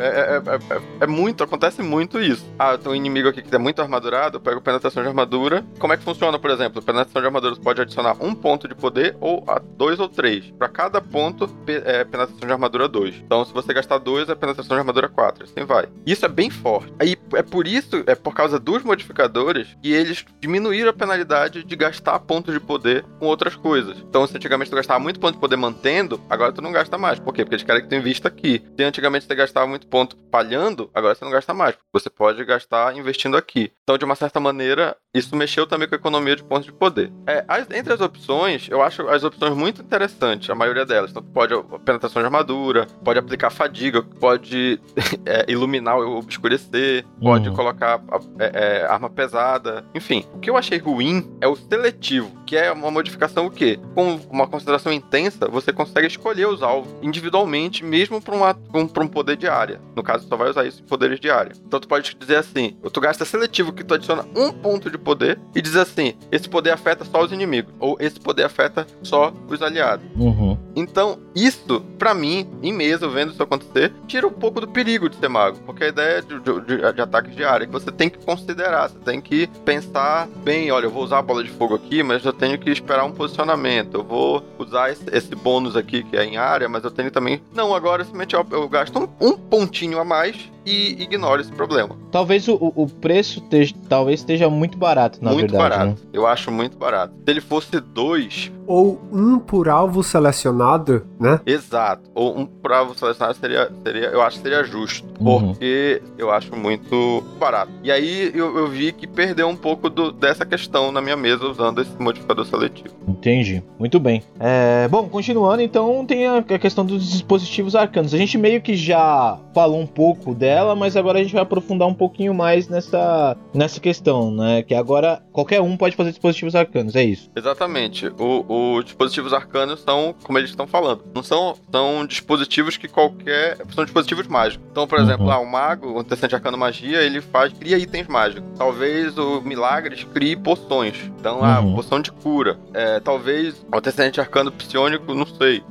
Acontece muito isso. Tem um inimigo aqui que é muito armadurado, eu pego penetração de armadura. Como é que funciona, por exemplo? Penetração de armadura, você pode adicionar um ponto de poder ou 2 ou 3. Para cada ponto, penetração de armadura 2. Então, se você gastar 2, a penetração de armadura 4. Assim vai. Isso é bem forte. Aí, por causa dos modificadores, que eles diminuíram a penalidade de gastar pontos de poder com outras coisas. Então, se antigamente tu gastava muito ponto de poder mantendo, agora tu não gasta mais. Por quê? Porque eles querem que tu invista aqui. Se antigamente você gastava muito ponto palhando, agora você não gasta mais. Você pode gastar investindo aqui. Então, de uma certa maneira, isso mexeu também com a economia de pontos de poder. Entre as opções, eu acho as opções muito interessantes, a maioria delas. Então, tu pode penetração de armadura, pode aplicar fadiga, pode iluminar ou obscurecer, pode colocar arma pesada, enfim. O que eu achei ruim é o seletivo, que é uma modificação o quê? Com uma concentração intensa, você consegue escolher os alvos individualmente, mesmo para um poder de área. No caso, só vai usar isso em poderes de área. Então tu pode dizer assim, tu gasta seletivo que tu adiciona um ponto de poder e diz assim, esse poder afeta só os inimigos, ou esse poder afeta só os aliados. Então, isso, pra mim, em mesa, vendo isso acontecer, tira um pouco do perigo de ser mago, porque a ideia de ataques de área é que você tem que considerar, você tem que pensar bem, olha, eu vou usar a bola de fogo aqui, mas eu tenho que esperar um posicionamento, eu vou usar esse bônus aqui que é em área, mas eu tenho também... Não, agora simplesmente eu gasto um pontinho a mais e ignoro esse problema. Talvez o preço esteja muito barato, na verdade. Muito barato. Né? Eu acho muito barato. Se ele fosse 2... Ou um por alvo selecionado, né? Exato. Ou um por alvo selecionado eu acho que seria justo. Porque eu acho muito barato. E aí eu vi que perdeu um pouco dessa questão na minha mesa usando esse modificador seletivo. Entendi. Muito bem. Bom, continuando, então tem a questão dos dispositivos arcanos. A gente meio que já falou um pouco dela, mas agora a gente vai aprofundar um pouquinho mais nessa questão, né? Que agora qualquer um pode fazer dispositivos arcanos, é isso? Exatamente. Os dispositivos arcanos são, como eles estão falando, não são dispositivos são dispositivos mágicos. Então, por exemplo, o mago, o tecente arcano magia, ele cria itens mágicos. Talvez o milagres crie poções. Então, poção de cura. Talvez o tecente arcano psionico, não sei.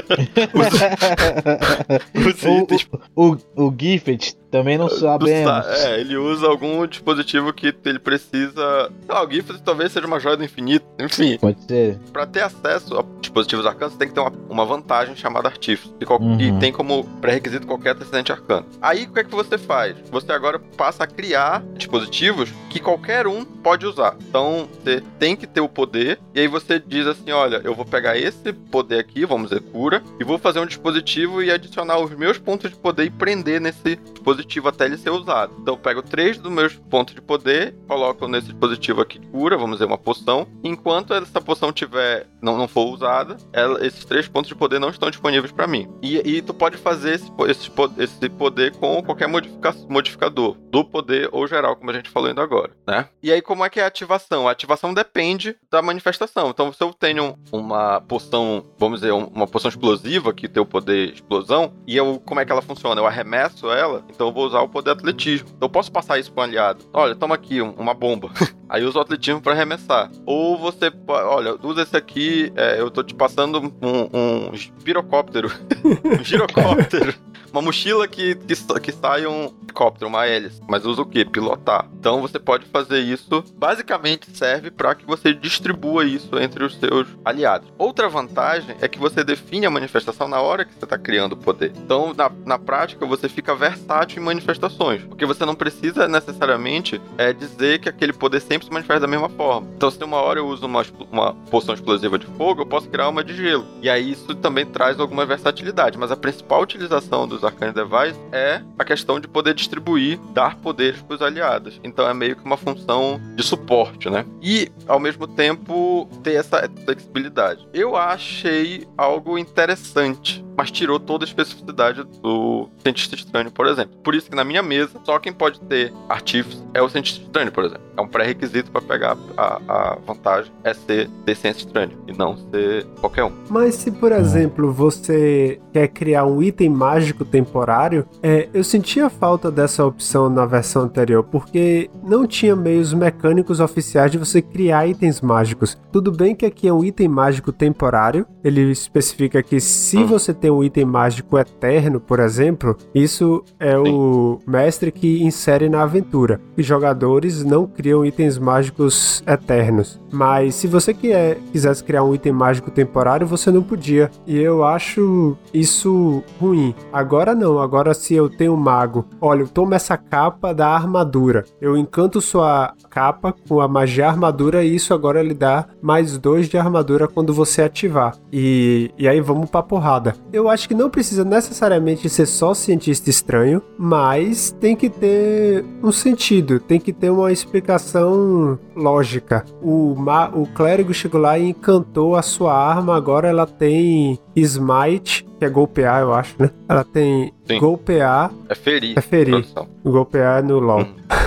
O Gifted também não sabemos. Ele usa algum dispositivo que ele precisa... o Gifted talvez seja uma joia do infinito. Enfim. Pode ser. Pra ter acesso a dispositivos arcanos, você tem que ter uma vantagem chamada artífice. Que tem como pré-requisito qualquer tecente arcano. Aí, o que é que você faz? Você agora passa a criar dispositivos que qualquer um pode usar. Então, você tem que ter o poder, e aí você diz assim, olha, eu vou pegar esse poder aqui, vamos dizer, cura, e vou fazer um dispositivo e adicionar os meus pontos de poder e prender nesse dispositivo dispositivo até ele ser usado. Então eu pego 3 dos meus pontos de poder, coloco nesse dispositivo aqui que cura, vamos dizer, uma poção. Enquanto essa poção não for usada, esses 3 pontos de poder não estão disponíveis para mim. E tu pode fazer esse poder com qualquer modificador do poder ou geral, como a gente falou ainda agora, né? E aí, como é que é a ativação? A ativação depende da manifestação. Então, se eu tenho uma poção, vamos dizer, uma poção explosiva, que tem o poder explosão, e como é que ela funciona? Eu arremesso ela, então eu vou usar o poder atletismo. Então, eu posso passar isso para um aliado. Olha, toma aqui uma bomba. Aí eu uso o atletismo para arremessar. Ou você, olha, usa esse aqui, eu tô te passando um girocóptero. Um girocóptero. Uma mochila que sai um helicóptero, uma hélice. Mas usa o quê? Pilotar. Então você pode fazer isso. Basicamente serve para que você distribua isso entre os seus aliados. Outra vantagem é que você define a manifestação na hora que você está criando o poder. Então, na prática, você fica versátil em manifestações. Porque você não precisa necessariamente dizer que aquele poder sempre se manifesta da mesma forma. Então, se uma hora eu uso uma poção explosiva de fogo, eu posso criar uma de gelo. E aí isso também traz alguma versatilidade. Mas a principal utilização dos Arcane Device é a questão de poder distribuir, dar poderes para os aliados. Então é meio que uma função de suporte, né? E, ao mesmo tempo, ter essa flexibilidade. Eu achei algo interessante, mas tirou toda a especificidade do Cientista Estranho, por exemplo. Por isso que na minha mesa, só quem pode ter artífice é o Cientista Estranho, por exemplo. É um pré-requisito para pegar a vantagem, é ser Cientista Estranho, e não ser qualquer um. Mas se, por exemplo, você quer criar um item mágico temporário, eu sentia falta dessa opção na versão anterior, porque não tinha meios mecânicos oficiais de você criar itens mágicos. Tudo bem que aqui é um item mágico temporário, ele especifica que se você tem um item mágico eterno, por exemplo, isso é o mestre que insere na aventura. Os jogadores não criam itens mágicos eternos, mas se você quisesse criar um item mágico temporário, você não podia, e eu acho isso ruim. Agora não, agora se eu tenho um mago, olha, eu tomo essa capa da armadura, eu encanto sua capa com a magia armadura e isso agora lhe dá mais 2 de armadura quando você ativar. E aí vamos pra porrada. Eu acho que não precisa necessariamente ser só Cientista Estranho, mas tem que ter um sentido, tem que ter uma explicação lógica. O clérigo chegou lá e encantou a sua arma, agora ela tem Smite, que é golpear, eu acho, né? Ela tem golpear. É ferir. É ferir. Golpear no LoL.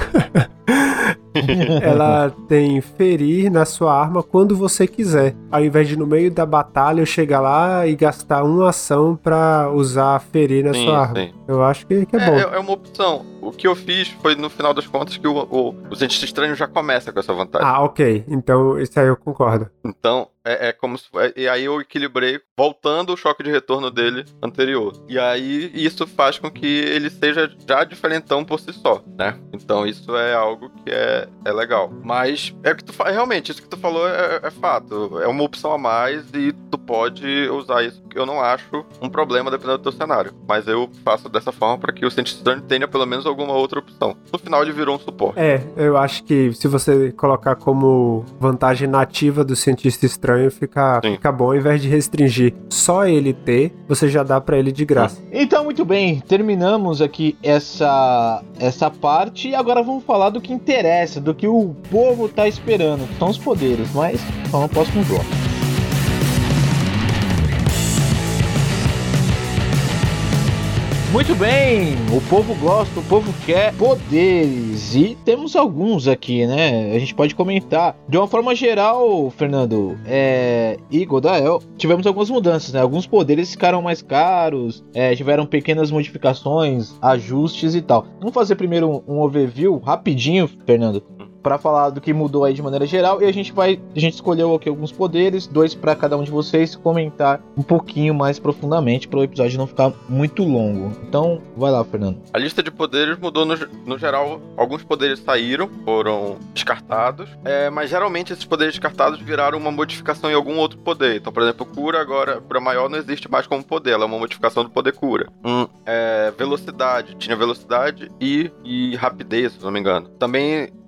Ela tem ferir na sua arma quando você quiser. Ao invés de no meio da batalha eu chegar lá e gastar uma ação pra usar ferir na sua arma. Eu acho que é bom. É uma opção. O que eu fiz foi, no final das contas, que o Cientista Estranho já começa com essa vantagem. Ah, ok. Então, isso aí eu concordo. Então, é como se... E aí eu equilibrei, voltando o choque de retorno dele anterior. E aí, isso faz com que ele seja já diferentão por si só, né? Então, isso é algo que é legal. Mas, realmente, isso que tu falou é fato. É uma opção a mais e tu pode usar isso. Eu não acho um problema dependendo do teu cenário. Mas eu faço dessa forma para que o Cientista Estranho tenha pelo menos alguma outra opção. No final, ele virou um suporte. Eu acho que se você colocar como vantagem nativa do Cientista Estranho, fica bom. Ao invés de restringir só ele ter, você já dá pra ele de graça. Então, muito bem, terminamos aqui essa parte e agora vamos falar do que interessa, do que o povo tá esperando, que são os poderes, mas só no próximo bloco. Muito bem, o povo gosta, o povo quer poderes e temos alguns aqui, né? A gente pode comentar. De uma forma geral, Fernando e Godael, tivemos algumas mudanças, né? Alguns poderes ficaram mais caros, tiveram pequenas modificações, ajustes e tal. Vamos fazer primeiro um overview rapidinho, Fernando, para falar do que mudou aí de maneira geral, e a gente escolheu aqui alguns poderes, 2 para cada um de vocês comentar um pouquinho mais profundamente para o episódio não ficar muito longo. Então, vai lá, Fernando. A lista de poderes mudou no geral. Alguns poderes saíram, foram descartados, mas geralmente esses poderes descartados viraram uma modificação em algum outro poder. Então, por exemplo, cura maior não existe mais como poder, ela é uma modificação do poder cura. Velocidade, tinha velocidade e rapidez, se não me engano. Também uma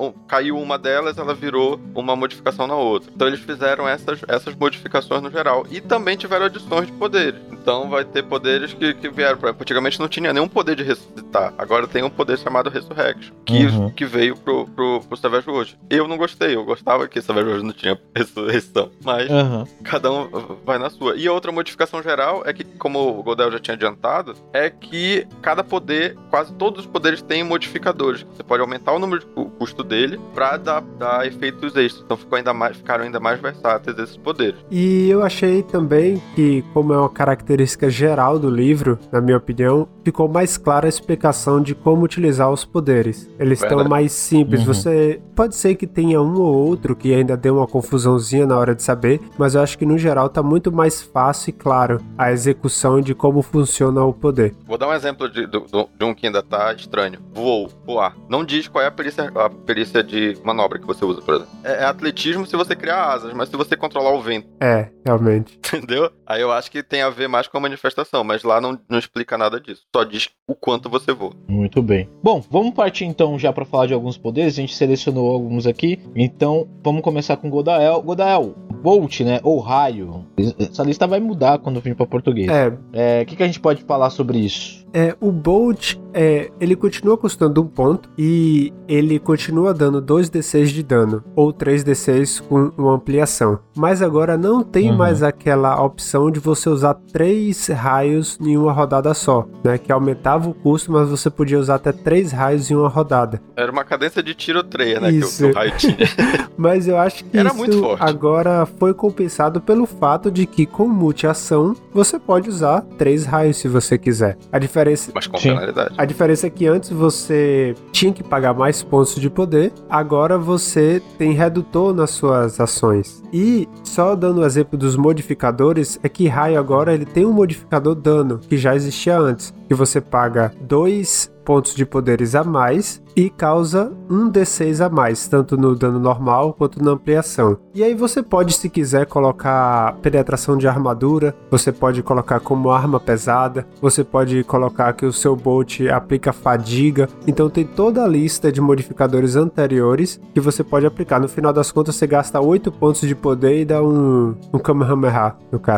caiu uma delas, ela virou uma modificação na outra. Então eles fizeram essas modificações no geral. E também tiveram adições de poderes. Então vai ter poderes que vieram. Por exemplo, antigamente não tinha nenhum poder de ressuscitar. Agora tem um poder chamado Resurrection, que veio pro Savage Worlds. Eu não gostei, eu gostava que Savage Worlds não tinha ressurreição. Mas cada um vai na sua. E a outra modificação geral é que, como o Godel já tinha adiantado, é que cada poder, quase todos os poderes têm modificadores. Você pode aumentar o custo dele pra dar efeitos extras. Então ficaram ainda mais versáteis esses poderes. E eu achei também que, como é uma característica geral do livro, na minha opinião, ficou mais clara a explicação de como utilizar os poderes. Eles estão mais simples. Você pode ser que tenha um ou outro que ainda dê uma confusãozinha na hora de saber, mas eu acho que no geral tá muito mais fácil e claro a execução de como funciona o poder. Vou dar um exemplo de um que ainda tá estranho. Voar. Não diz qual é a perícia de manobra que você usa, por exemplo. É atletismo se você criar asas, mas se você controlar o vento. É, realmente. Entendeu? Aí eu acho que tem a ver mais com a manifestação, mas lá não explica nada disso. Só diz o quanto você voa. Muito bem. Bom, vamos partir então já pra falar de alguns poderes. A gente selecionou alguns aqui. Então, vamos começar com Godael. Godael, Bolt, né? Ou raio. Essa lista vai mudar quando vir pra português. O que a gente pode falar sobre isso? O Bolt, ele continua custando 1 ponto e ele continua dando 2d6 de dano, ou 3d6 com uma ampliação. Mas agora não tem mais aquela opção de você usar 3 raios em uma rodada só, né? Que aumentava o custo, mas você podia usar até 3 raios em uma rodada. Era uma cadência de tiroteio, né? Que o raio tinha. Mas eu acho que era isso muito forte. Agora foi compensado pelo fato de que com multi-ação você pode usar 3 raios se você quiser. Mas com penalidade. A diferença é que antes você tinha que pagar mais pontos de poder, agora você tem redutor nas suas ações. E só dando o exemplo dos modificadores, é que raio agora ele tem um modificador dano, que já existia antes, que você paga 2 pontos de poderes a mais e causa 1d6 a mais, tanto no dano normal quanto na ampliação. E aí você pode, se quiser, colocar penetração de armadura, você pode colocar como arma pesada, você pode colocar que o seu Bolt aplica fadiga, então tem toda a lista de modificadores anteriores que você pode aplicar. No final das contas você gasta 8 pontos de poder e dá um Kamehameha no cara.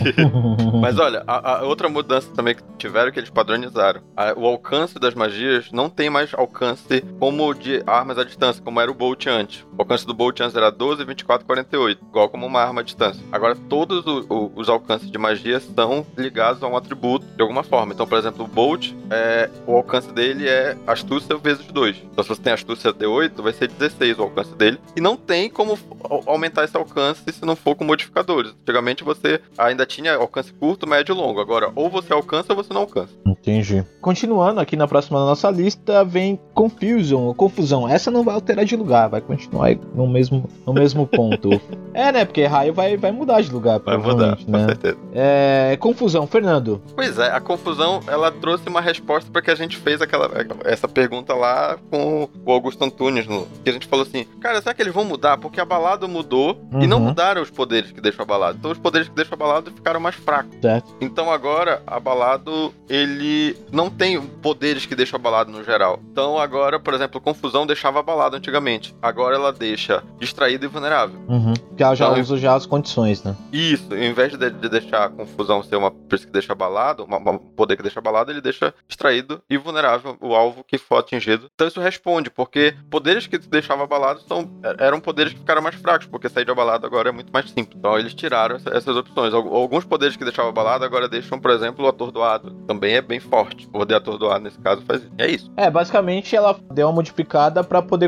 Mas olha, a outra mudança também que tiveram, que eles padronizaram. O alcance das magias não tem mais alcance como de armas à distância, como era o Bolt antes. O alcance do Bolt antes era 12, 24, 48, igual como uma arma à distância. Agora todos os alcances de magia são ligados a um atributo de alguma forma. Então, por exemplo, o Bolt, o alcance dele é astúcia vezes 2. Então, se você tem astúcia D8, vai ser 16 o alcance dele. E não tem como aumentar esse alcance se não for com modificadores. Antigamente você ainda tinha alcance curto, médio e longo. Agora, ou você alcança ou você não alcança. Entendi. Continuando, aqui na próxima da nossa lista vem Confusão. Essa não vai alterar de lugar, vai continuar no mesmo ponto. Né? Porque raio vai mudar de lugar. Vai mudar, né? com certeza. Confusão, Fernando. Pois é, a confusão, ela trouxe uma resposta para que a gente fez essa pergunta lá com o Augusto Antunes, que a gente falou assim, cara, será que eles vão mudar? Porque a balada mudou e não mudaram os poderes que deixam abalado. Então os poderes que deixam abalado ficaram mais fracos. Certo. Então agora, abalado, ele não tem poderes que deixam abalado no geral. Então agora, por exemplo, confusão deixava abalado antigamente. Agora ela deixa distraído e vulnerável. Porque ela já usa já as condições, né? Isso, ao invés de deixar a confusão ser uma coisa que deixa abalado, um poder que deixa abalado, ele deixa distraído e vulnerável o alvo que for atingido. Então isso responde, porque poderes que deixavam abalados eram poderes que ficaram mais fracos, porque sair de abalado agora é muito mais simples. Então eles tiraram essas opções. Alguns poderes que deixavam abalado agora deixam, por exemplo, o atordoado. Também é bem forte. O poder atordoado nesse caso faz isso. É isso. Basicamente ela deu uma modificada para poder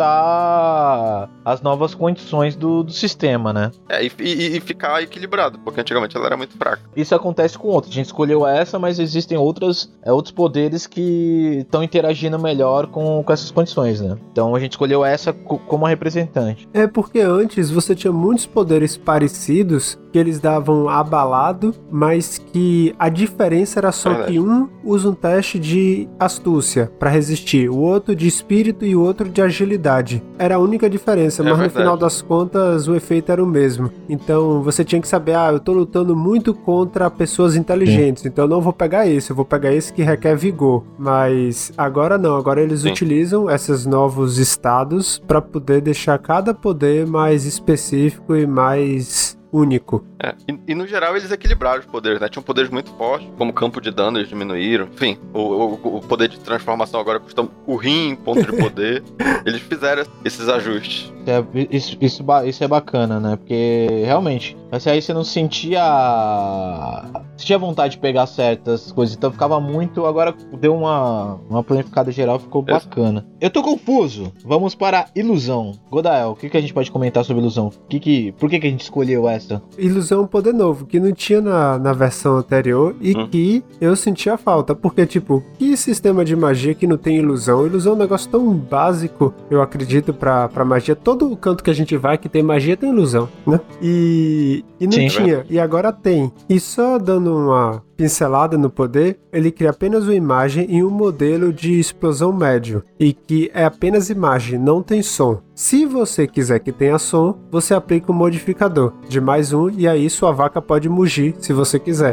comportar as novas condições do sistema, né? E ficar equilibrado, porque antigamente ela era muito fraca. Isso acontece com outras. A gente escolheu essa, mas existem outros poderes que estão interagindo melhor com essas condições, né? Então a gente escolheu essa como a representante. Porque antes você tinha muitos poderes parecidos que eles davam abalado, mas que a diferença era só que um usa um teste de astúcia para resistir, o outro de espírito e o outro de agilidade. Era a única diferença, mas no final das contas o efeito era o mesmo. Então você tinha que saber, eu tô lutando muito contra pessoas inteligentes, então eu não vou pegar esse, eu vou pegar esse que requer vigor. Mas agora não, agora eles utilizam esses novos estados para poder deixar cada poder mais específico e mais único. E no geral eles equilibraram os poderes, né? Tinham poderes muito fortes, como campo de dano eles diminuíram. Enfim, o poder de transformação agora custa o rim em ponto de poder. Eles fizeram esses ajustes. Isso é bacana, né? Porque realmente, assim, aí você não sentia vontade de pegar certas coisas, então ficava muito. Agora deu uma planificada geral, ficou bacana. Eu tô confuso. Vamos para ilusão. Godael, o que a gente pode comentar sobre ilusão? Por que a gente escolheu essa? Ilusão é um poder novo, que não tinha na versão anterior e que eu sentia falta. Porque, tipo, que sistema de magia que não tem ilusão? Ilusão é um negócio tão básico, eu acredito, pra magia. Todo canto que a gente vai que tem magia tem ilusão, né? E não tinha, e agora tem. E só dando uma pincelada no poder, ele cria apenas uma imagem e um modelo de explosão médio, e que é apenas imagem, não tem som. Se você quiser que tenha som, você aplica um modificador de mais um, e aí sua vaca pode mugir, se você quiser.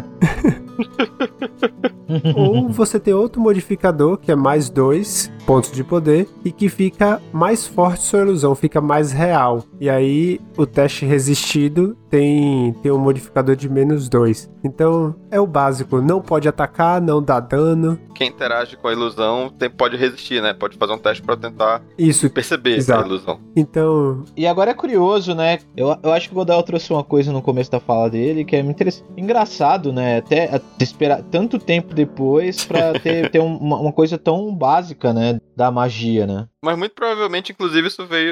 Ou você tem outro modificador, que é mais 2 pontos de poder, e que fica mais forte sua ilusão, fica mais real. E aí o teste resistido tem um modificador de menos 2. Então é o básico, não pode atacar, não dá dano. Quem interage com a ilusão pode resistir, né? Pode fazer um teste pra tentar perceber a ilusão. Então... E agora é curioso, né? Eu acho que o Godel trouxe uma coisa no começo da fala dele que é muito engraçado, né? Até esperar tanto tempo depois pra ter uma coisa tão básica, né? Da magia, né? Mas muito provavelmente, inclusive,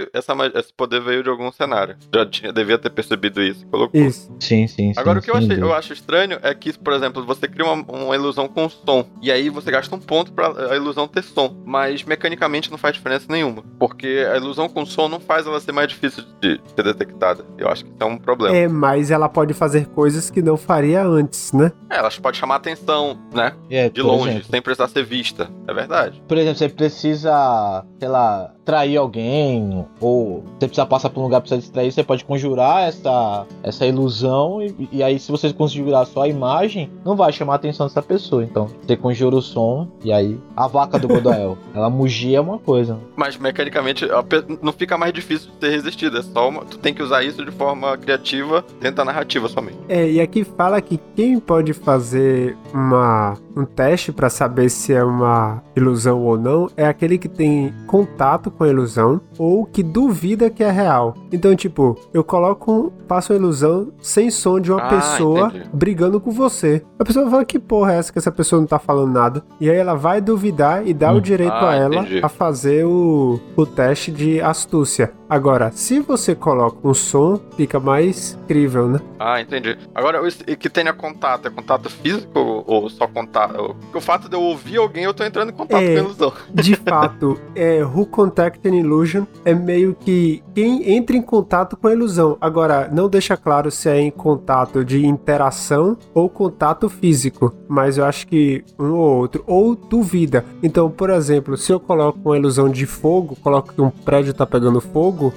esse poder veio de algum cenário. Devia ter percebido isso e colocou. Isso. Sim. Agora, o que eu acho estranho é que, por exemplo, você cria uma ilusão com som, e aí você gasta um ponto pra a ilusão ter som, mas mecanicamente não faz diferença nenhuma, porque a ilusão com som não faz ela ser mais difícil de ser detectada. Eu acho que isso é um problema. Mas ela pode fazer coisas que não faria antes, né? Ela pode chamar atenção, né? De longe, sem precisar ser vista. É verdade. Por exemplo, você precisa, sei lá, trair alguém, ou você precisa passar por um lugar pra se distrair, você pode conjurar essa ilusão, e aí se você conjurar só a imagem, não vai chamar a atenção dessa pessoa. Então, você conjura o som, e aí a vaca do Godael, ela mugir é uma coisa. Mas mecanicamente não fica mais difícil de ser resistido, é só tu tem que usar isso de forma criativa dentro da narrativa somente. E aqui fala que quem pode fazer um teste pra saber se é uma ilusão ou não é aquele que tem contato com a ilusão ou que duvida que é real. Então, tipo, eu faço a ilusão sem som de uma pessoa brigando com você. A pessoa fala, que porra é essa que essa pessoa não tá falando nada? E aí ela vai duvidar e dá o direito a ela a fazer o teste de astúcia. Agora, se você coloca um som, fica mais crível, né? Entendi. Agora, que tenha contato, é contato físico ou só contato? Porque o fato de eu ouvir alguém, eu tô entrando em contato com a ilusão. De fato, who contact an illusion é meio que quem entra em contato com a ilusão. Agora, não deixa claro se é em contato de interação ou contato físico, mas eu acho que um ou outro, ou duvida. Então, por exemplo, se eu coloco uma ilusão de fogo, coloco que um prédio tá pegando fogo,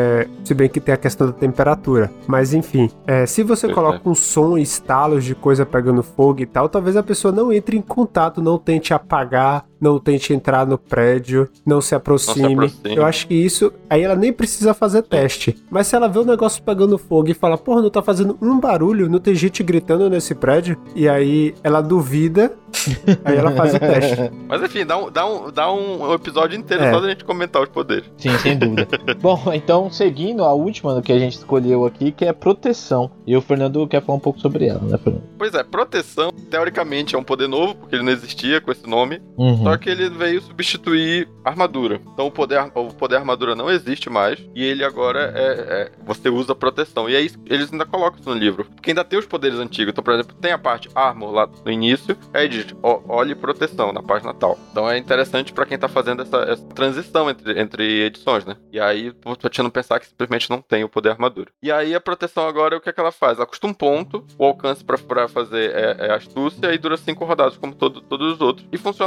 se bem que tem a questão da temperatura, mas enfim, se você coloca um som e estalos de coisa pegando fogo e tal, talvez a pessoa não entre em contato, não tente apagar, não tente entrar no prédio, não se aproxime. Eu acho que isso, aí ela nem precisa fazer teste. Mas se ela vê o negócio pegando fogo e fala, porra, não tá fazendo um barulho, não tem gente gritando nesse prédio, e aí ela duvida, aí ela faz o teste. Mas enfim, dá um episódio inteiro só da gente comentar os poderes. Sim, sem dúvida. Bom, então, seguindo a última que a gente escolheu aqui, que é proteção. E o Fernando quer falar um pouco sobre ela, né, Fernando? Pois é, proteção, teoricamente, é um poder novo, porque ele não existia com esse nome. Só que ele veio substituir armadura. Então o poder armadura não existe mais. E ele agora você usa proteção. E aí eles ainda colocam isso no livro. Porque ainda tem os poderes antigos. Então, por exemplo, tem a parte armor lá no início. Aí diz, olhe proteção na página tal. Então é interessante pra quem tá fazendo essa transição entre edições, né? E aí, pra te não pensar que simplesmente não tem o poder armadura. E aí a proteção agora, o que é que ela faz? Ela custa um ponto. O alcance pra fazer é astúcia. E dura 5 rodadas, como todos os outros. E funciona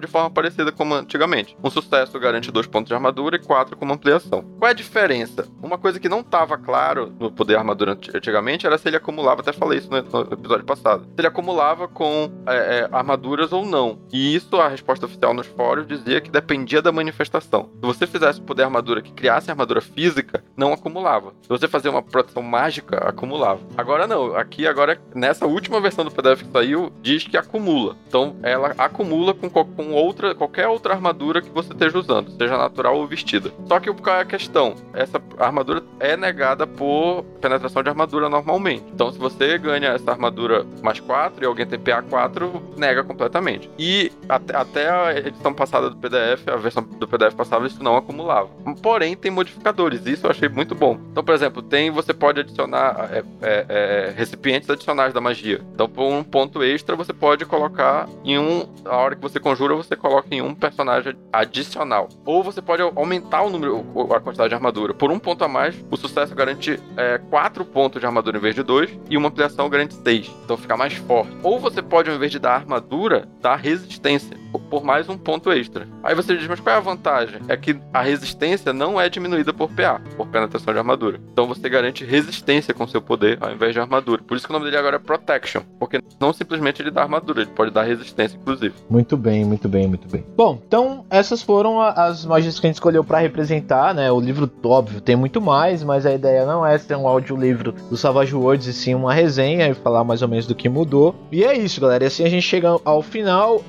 de forma parecida como antigamente. Um sucesso garante 2 pontos de armadura e 4 como ampliação. Qual é a diferença? Uma coisa que não estava claro no poder armadura antigamente era se ele acumulava, até falei isso no episódio passado, se ele acumulava com armaduras ou não. E isso, a resposta oficial nos fóruns dizia que dependia da manifestação. Se você fizesse poder armadura que criasse armadura física, não acumulava. Se você fazia uma proteção mágica, acumulava. Agora não. Agora, nessa última versão do PDF que saiu, diz que acumula. Então, ela acumula com qualquer outra armadura que você esteja usando, seja natural ou vestida. Só que qual é a questão? Essa armadura é negada por penetração de armadura normalmente. Então, se você ganha essa armadura mais 4 e alguém tem PA 4, nega completamente. E até a edição passada do PDF, a versão do PDF passada, isso não acumulava. Porém, tem modificadores. Isso eu achei muito bom. Então, por exemplo, você pode adicionar recipientes adicionais da magia. Então, por um ponto extra, você pode colocar a hora que você conjura, você coloca em um personagem adicional. Ou você pode aumentar a quantidade de armadura. Por um ponto a mais, o sucesso garante 4 pontos de armadura em vez de 2, e uma ampliação garante 6. Então fica mais forte. Ou você pode, ao invés de dar armadura, dar resistência, por mais um ponto extra. Aí você diz, mas qual é a vantagem? É que a resistência não é diminuída por PA, por penetração de armadura. Então você garante resistência com seu poder, ao invés de armadura. Por isso que o nome dele agora é Protection, porque não simplesmente ele dá armadura, ele pode dar resistência, inclusive. Muito bem, muito bem, muito bem. Bom, então essas foram as magias que a gente escolheu pra representar, né? O livro, óbvio, tem muito mais, mas a ideia não é ser um audiolivro do Savage Worlds, e sim uma resenha e falar mais ou menos do que mudou. E é isso, galera. E assim a gente chega ao final.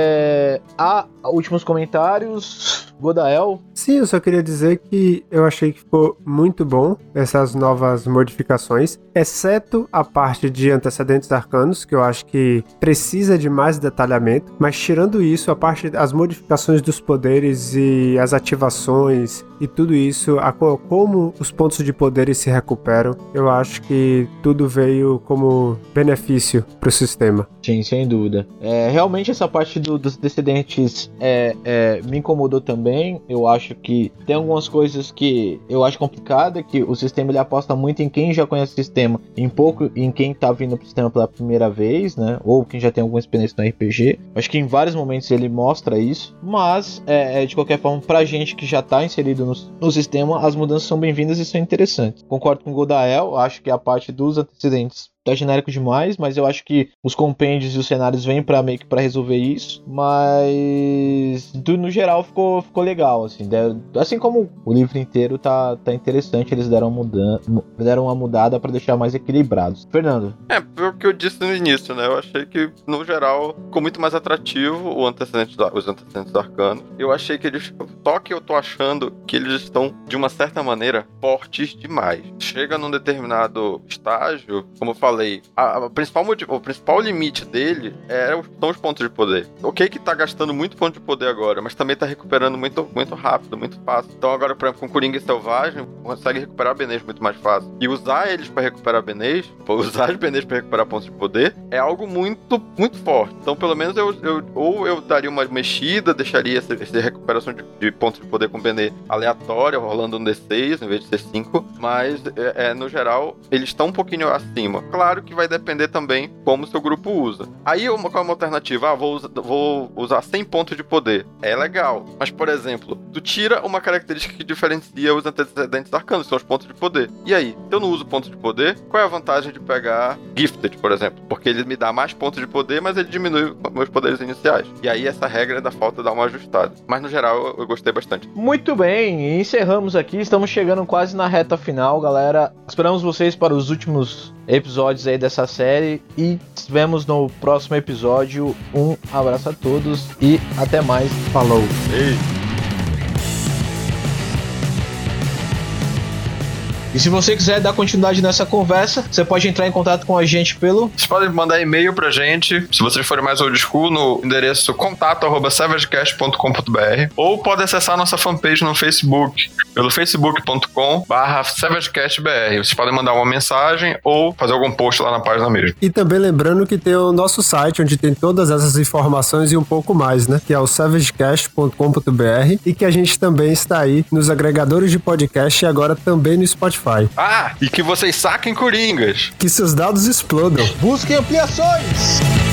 Há últimos comentários. Godael? Sim, eu só queria dizer que eu achei que ficou muito bom essas novas modificações, exceto a parte de antecedentes arcanos, que eu acho que precisa de mais detalhamento, mas tirando isso, as modificações dos poderes e as ativações e tudo isso, como os pontos de poderes se recuperam, eu acho que tudo veio como benefício pro sistema. Sim, sem dúvida. Realmente essa parte dos descendentes me incomodou também. Eu acho que tem algumas coisas que eu acho complicada, que o sistema ele aposta muito em quem já conhece o sistema, em pouco em quem tá vindo pro sistema pela primeira vez, né? Ou quem já tem alguma experiência no RPG. Acho que em vários momentos ele mostra isso, mas de qualquer forma, pra gente que já tá inserido no sistema, as mudanças são bem-vindas e são interessantes. Concordo com o Godael, acho que a parte dos antecedentes tá genérico demais, mas eu acho que os compêndios e os cenários vêm meio que pra resolver isso, mas no geral ficou legal, assim, assim como o livro inteiro tá interessante, eles deram uma mudada pra deixar mais equilibrados. Fernando? Foi o que eu disse no início, né, eu achei que no geral ficou muito mais atrativo os antecedentes arcanos. Eu achei que só que eu tô achando que eles estão, de uma certa maneira, fortes demais. Chega num determinado estágio, como eu falei, o principal limite dele são os pontos de poder. Ok que tá gastando muito ponto de poder agora, mas também tá recuperando muito, muito rápido, muito fácil. Então agora, por exemplo, com Coringa e Selvagem, consegue recuperar Benês muito mais fácil. E usar eles pra recuperar Benês, usar os Benês pra recuperar pontos de poder, é algo muito, muito forte. Então pelo menos eu daria uma mexida, deixaria essa recuperação de pontos de poder com Benê aleatória, rolando um D6 em vez de ser 5, mas no geral eles estão um pouquinho acima. Claro que vai depender também como o seu grupo usa. Aí, qual é uma alternativa? Vou usar 100 pontos de poder. É legal. Mas, por exemplo, tu tira uma característica que diferencia os antecedentes arcanos, que são os pontos de poder. E aí? Se eu não uso pontos de poder, qual é a vantagem de pegar Gifted, por exemplo? Porque ele me dá mais pontos de poder, mas ele diminui meus poderes iniciais. E aí, essa regra da falta dá uma ajustada. Mas, no geral, eu gostei bastante. Muito bem. Encerramos aqui. Estamos chegando quase na reta final, galera. Esperamos vocês para os últimos episódios aí dessa série e nos vemos no próximo episódio. Um abraço a todos e até mais. Falou. Ei. E se você quiser dar continuidade nessa conversa, você pode entrar em contato com a gente pelo... Vocês podem mandar e-mail pra gente, se vocês forem mais old school, no endereço contato@savagecast.com.br, ou pode acessar nossa fanpage no Facebook, pelo facebook.com/savagecastbr. Vocês podem mandar uma mensagem ou fazer algum post lá na página mesmo. E também lembrando que tem o nosso site, onde tem todas essas informações e um pouco mais, né? Que é o savagecast.com.br, e que a gente também está aí nos agregadores de podcast e agora também no Spotify. E que vocês saquem coringas. Que seus dados explodam. Busquem ampliações!